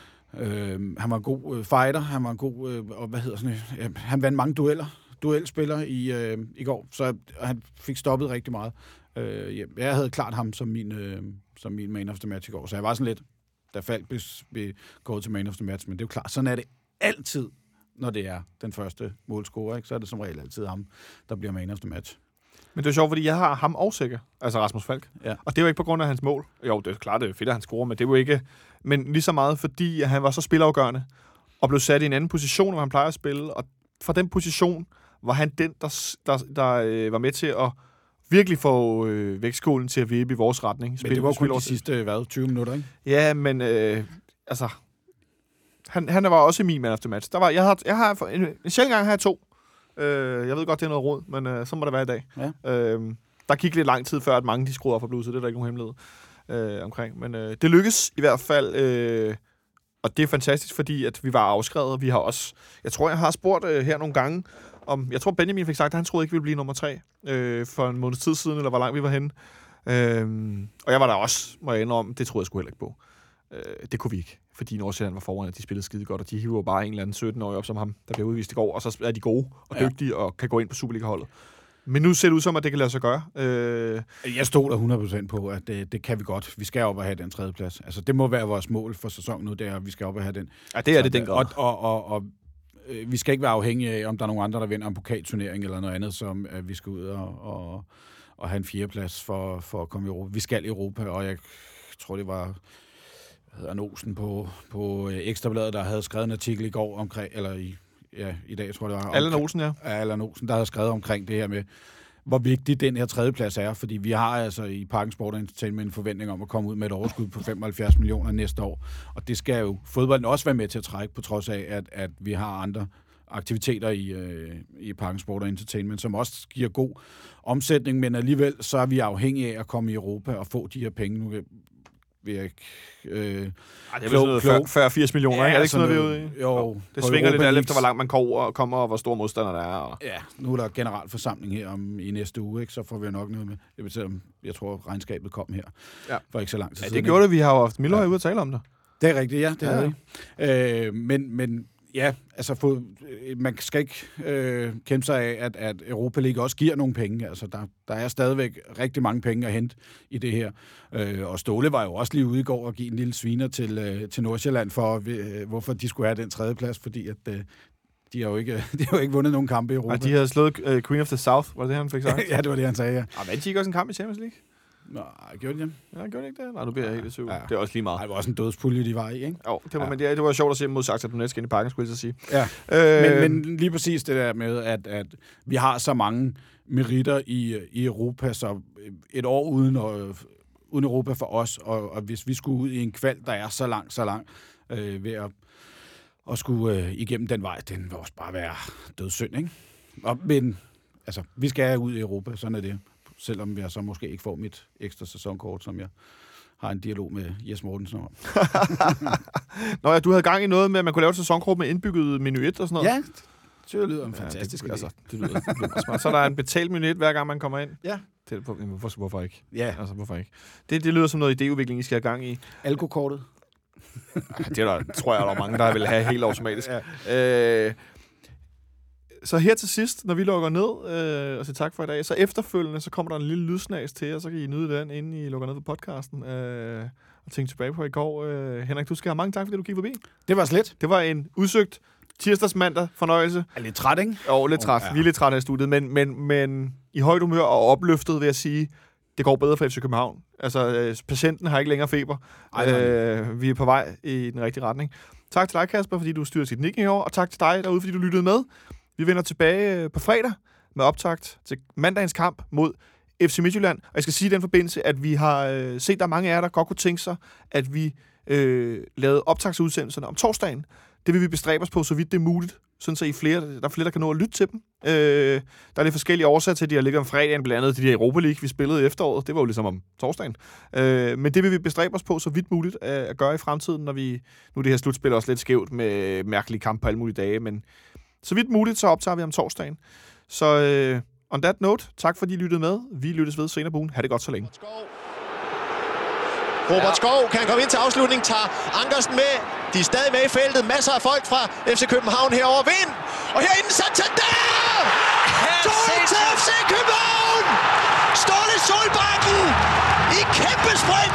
fighter. Han var en god han vandt mange duelspiller i går, så han fik stoppet rigtig meget. Jeg havde klart ham som min man of the match i går, så jeg var sådan lidt, der faldt vi går til man of the match, men det er jo klart, sådan er det altid, når det er den første målscorer, ikke? Så er det som regel altid ham, der bliver man of the match. Men det er sjovt, fordi jeg har ham og sikker, altså Rasmus Falk. Ja. Og det er jo ikke på grund af hans mål. Jo, det er klart, det er fedt, at han scorer, men det er jo ikke... Men lige så meget, fordi han var så spilafgørende, og blev sat i en anden position, hvor han plejer at spille, og fra den position var han den, der var med til at virkelig få vægtskålen til at vippe i vores retning. Men det var kun de sidste, 20 minutter, ikke? Ja, men altså... Han var også min man of the match. Jeg har en sjældent gang har jeg 2. Jeg ved godt, det er noget rod, men så må det være i dag. Ja. Der gik lidt lang tid før, at mange de skruede op for bluset. Det er der ikke nogen hemmelighed omkring. Men det lykkes i hvert fald, og det er fantastisk, fordi at vi var afskrevet. Vi har også, jeg tror, jeg har spurgt her nogle gange, jeg tror, Benjamin fik sagt, at han troede ikke, vi ville blive nummer 3 for en måneds tid siden, eller hvor langt vi var henne. Og jeg var der også, må jeg indrømme, det troede jeg sgu heller ikke på. Det kunne vi ikke, fordi Nordsjælland var foran, at de spillede skide godt, og de hiver bare en eller anden 17-årig op som ham, der blev udvist i går, og så er de gode og dygtige og kan gå ind på Superliga-holdet. Men nu ser det ud som, at det kan lade sig gøre. Jeg stoler 100% på, at det kan vi godt. Vi skal op og have den 3. plads. Altså, det må være vores mål for sæsonen nu, det er, at vi skal op og have den. Ja, det er det den grad. Og vi skal ikke være afhængige af, om der er nogen andre, der vinder en pokalturnering eller noget andet, som vi skal ud og have en 4. plads for at komme i Europa. Vi skal i Europa, og jeg tror, det var... Olsen på Ekstrabladet, der havde skrevet en artikel i går omkring, eller i dag, tror jeg det var. Allan Olsen, ja. Allan Olsen, der havde skrevet omkring det her med, hvor vigtig den her 3. plads er, fordi vi har altså i Parken Sport & Entertainment en forventning om at komme ud med et overskud på 75 millioner næste år, og det skal jo fodbolden også være med til at trække, på trods af, at vi har andre aktiviteter i Parken Sport & Entertainment, som også giver god omsætning, men alligevel så er vi afhængige af at komme i Europa og få de her penge nu. Det er vel sådan 40-80 millioner, ikke? Er det ikke sådan noget, vi er ude i? Jo. Det svinger lidt alt efter, hvor langt man kommer, og hvor stor modstander der er. Og... Ja, nu er der generalforsamling her i næste uge, ikke? Så får vi nok noget med. Jeg tror, regnskabet kom her for ikke så lang tid siden. Det gjorde det. Vi har jo haft Miller ude at tale om det. Det er rigtigt, ja. Det er det. Men ja, altså man skal ikke kæmpe sig af, at Europa League også giver nogle penge. Altså, der er stadigvæk rigtig mange penge at hente i det her. Og Ståle var jo også lige ude i går og give en lille sviner til Nordsjælland for, hvorfor de skulle have den 3. plads, fordi at de har jo ikke vundet nogen kampe i Europa. Og de havde slået Queen of the South, var det han fik sagt? Ja, det var det, han sagde, ja. Og vandt de ikke også en kamp i Champions League? Nej, gjorde de det? Ja, gjorde de ikke det? Nej, nu bliver jeg helt i tvivl. Ja. Det er også lige meget. Det var også en dødspulje, de var i, ikke? Jo, men det var sjovt at se mod Shakhtar Donetsk ind i Parken, skulle jeg så sige. Ja, men lige præcis det der med, at vi har så mange meritter i Europa, så et år uden Europa for os, og hvis vi skulle ud i en kval, der er så lang ved at skulle igennem den vej, den vil også bare være dødssynd, ikke? Men altså, vi skal ud i Europa, sådan er det. Selvom jeg så måske ikke får mit ekstra sæsonkort, som jeg har en dialog med Jes Mortensen om. Nå ja, du havde gang i noget med, at man kunne lave et sæsonkort med indbygget menuet og sådan noget. Ja, det lyder fantastisk. Det lyder smart. Så der er en betalt menuet, hver gang man kommer ind. Ja. Hvorfor ikke? Ja. Altså, hvorfor ikke? Det lyder som noget idéudvikling, I skal have gang i. Alkokortet? Det er der, tror jeg, der er mange, der vil have helt automatisk. Ja. Så her til sidst, når vi lukker ned og siger tak for i dag, så efterfølgende, så kommer der en lille lydsnags til, og så kan I nyde den, inden I lukker ned på podcasten og tænke tilbage på i går. Henrik, du skal have mange tak, fordi du gik forbi. Det var slet. Det var en udsøgt tirsdagsmandag fornøjelse. Er lidt træt, ikke? Jo, lidt træt. Ja. Vi er lidt træt af studiet, men i højt humør og opløftet, vil jeg sige, det går bedre for FC København. Altså, patienten har ikke længere feber. Vi er på vej i den rigtige retning. Tak til dig, Kasper, fordi du styrede teknikken i år, og tak til dig derude, fordi du lyttede med. Vi vender tilbage på fredag med optakt til mandagens kamp mod FC Midtjylland. Og jeg skal sige i den forbindelse, at vi har set, at der er mange af jer, der godt kunne tænke sig, at vi lavede optagsudsendelserne om torsdagen. Det vil vi bestræbe os på, så vidt det er muligt, sådan så der er flere, der kan nå at lytte til dem. Der er lidt forskellige årsager til, at de har ligget om fredagen, blandt andet de der Europa League, vi spillede i efteråret. Det var jo ligesom om torsdagen. Men det vil vi bestræbe os på, så vidt muligt at gøre i fremtiden, når vi... Nu er det her slutspil også lidt skævt med mærkelige kampe på alle mulige dage, men så vidt muligt, så optager vi om torsdagen. Så On that note, tak fordi I lyttede med. Vi lyttes ved senere på ugen. Ha' det godt så længe. Robert Skov kan komme ind til afslutning, tager Ankersen med. De er stadig med i feltet. Masser af folk fra FC København herover. Vind! Og herinde Santander! 2 til FC København! Ståle Solbakken i kæmpe spring!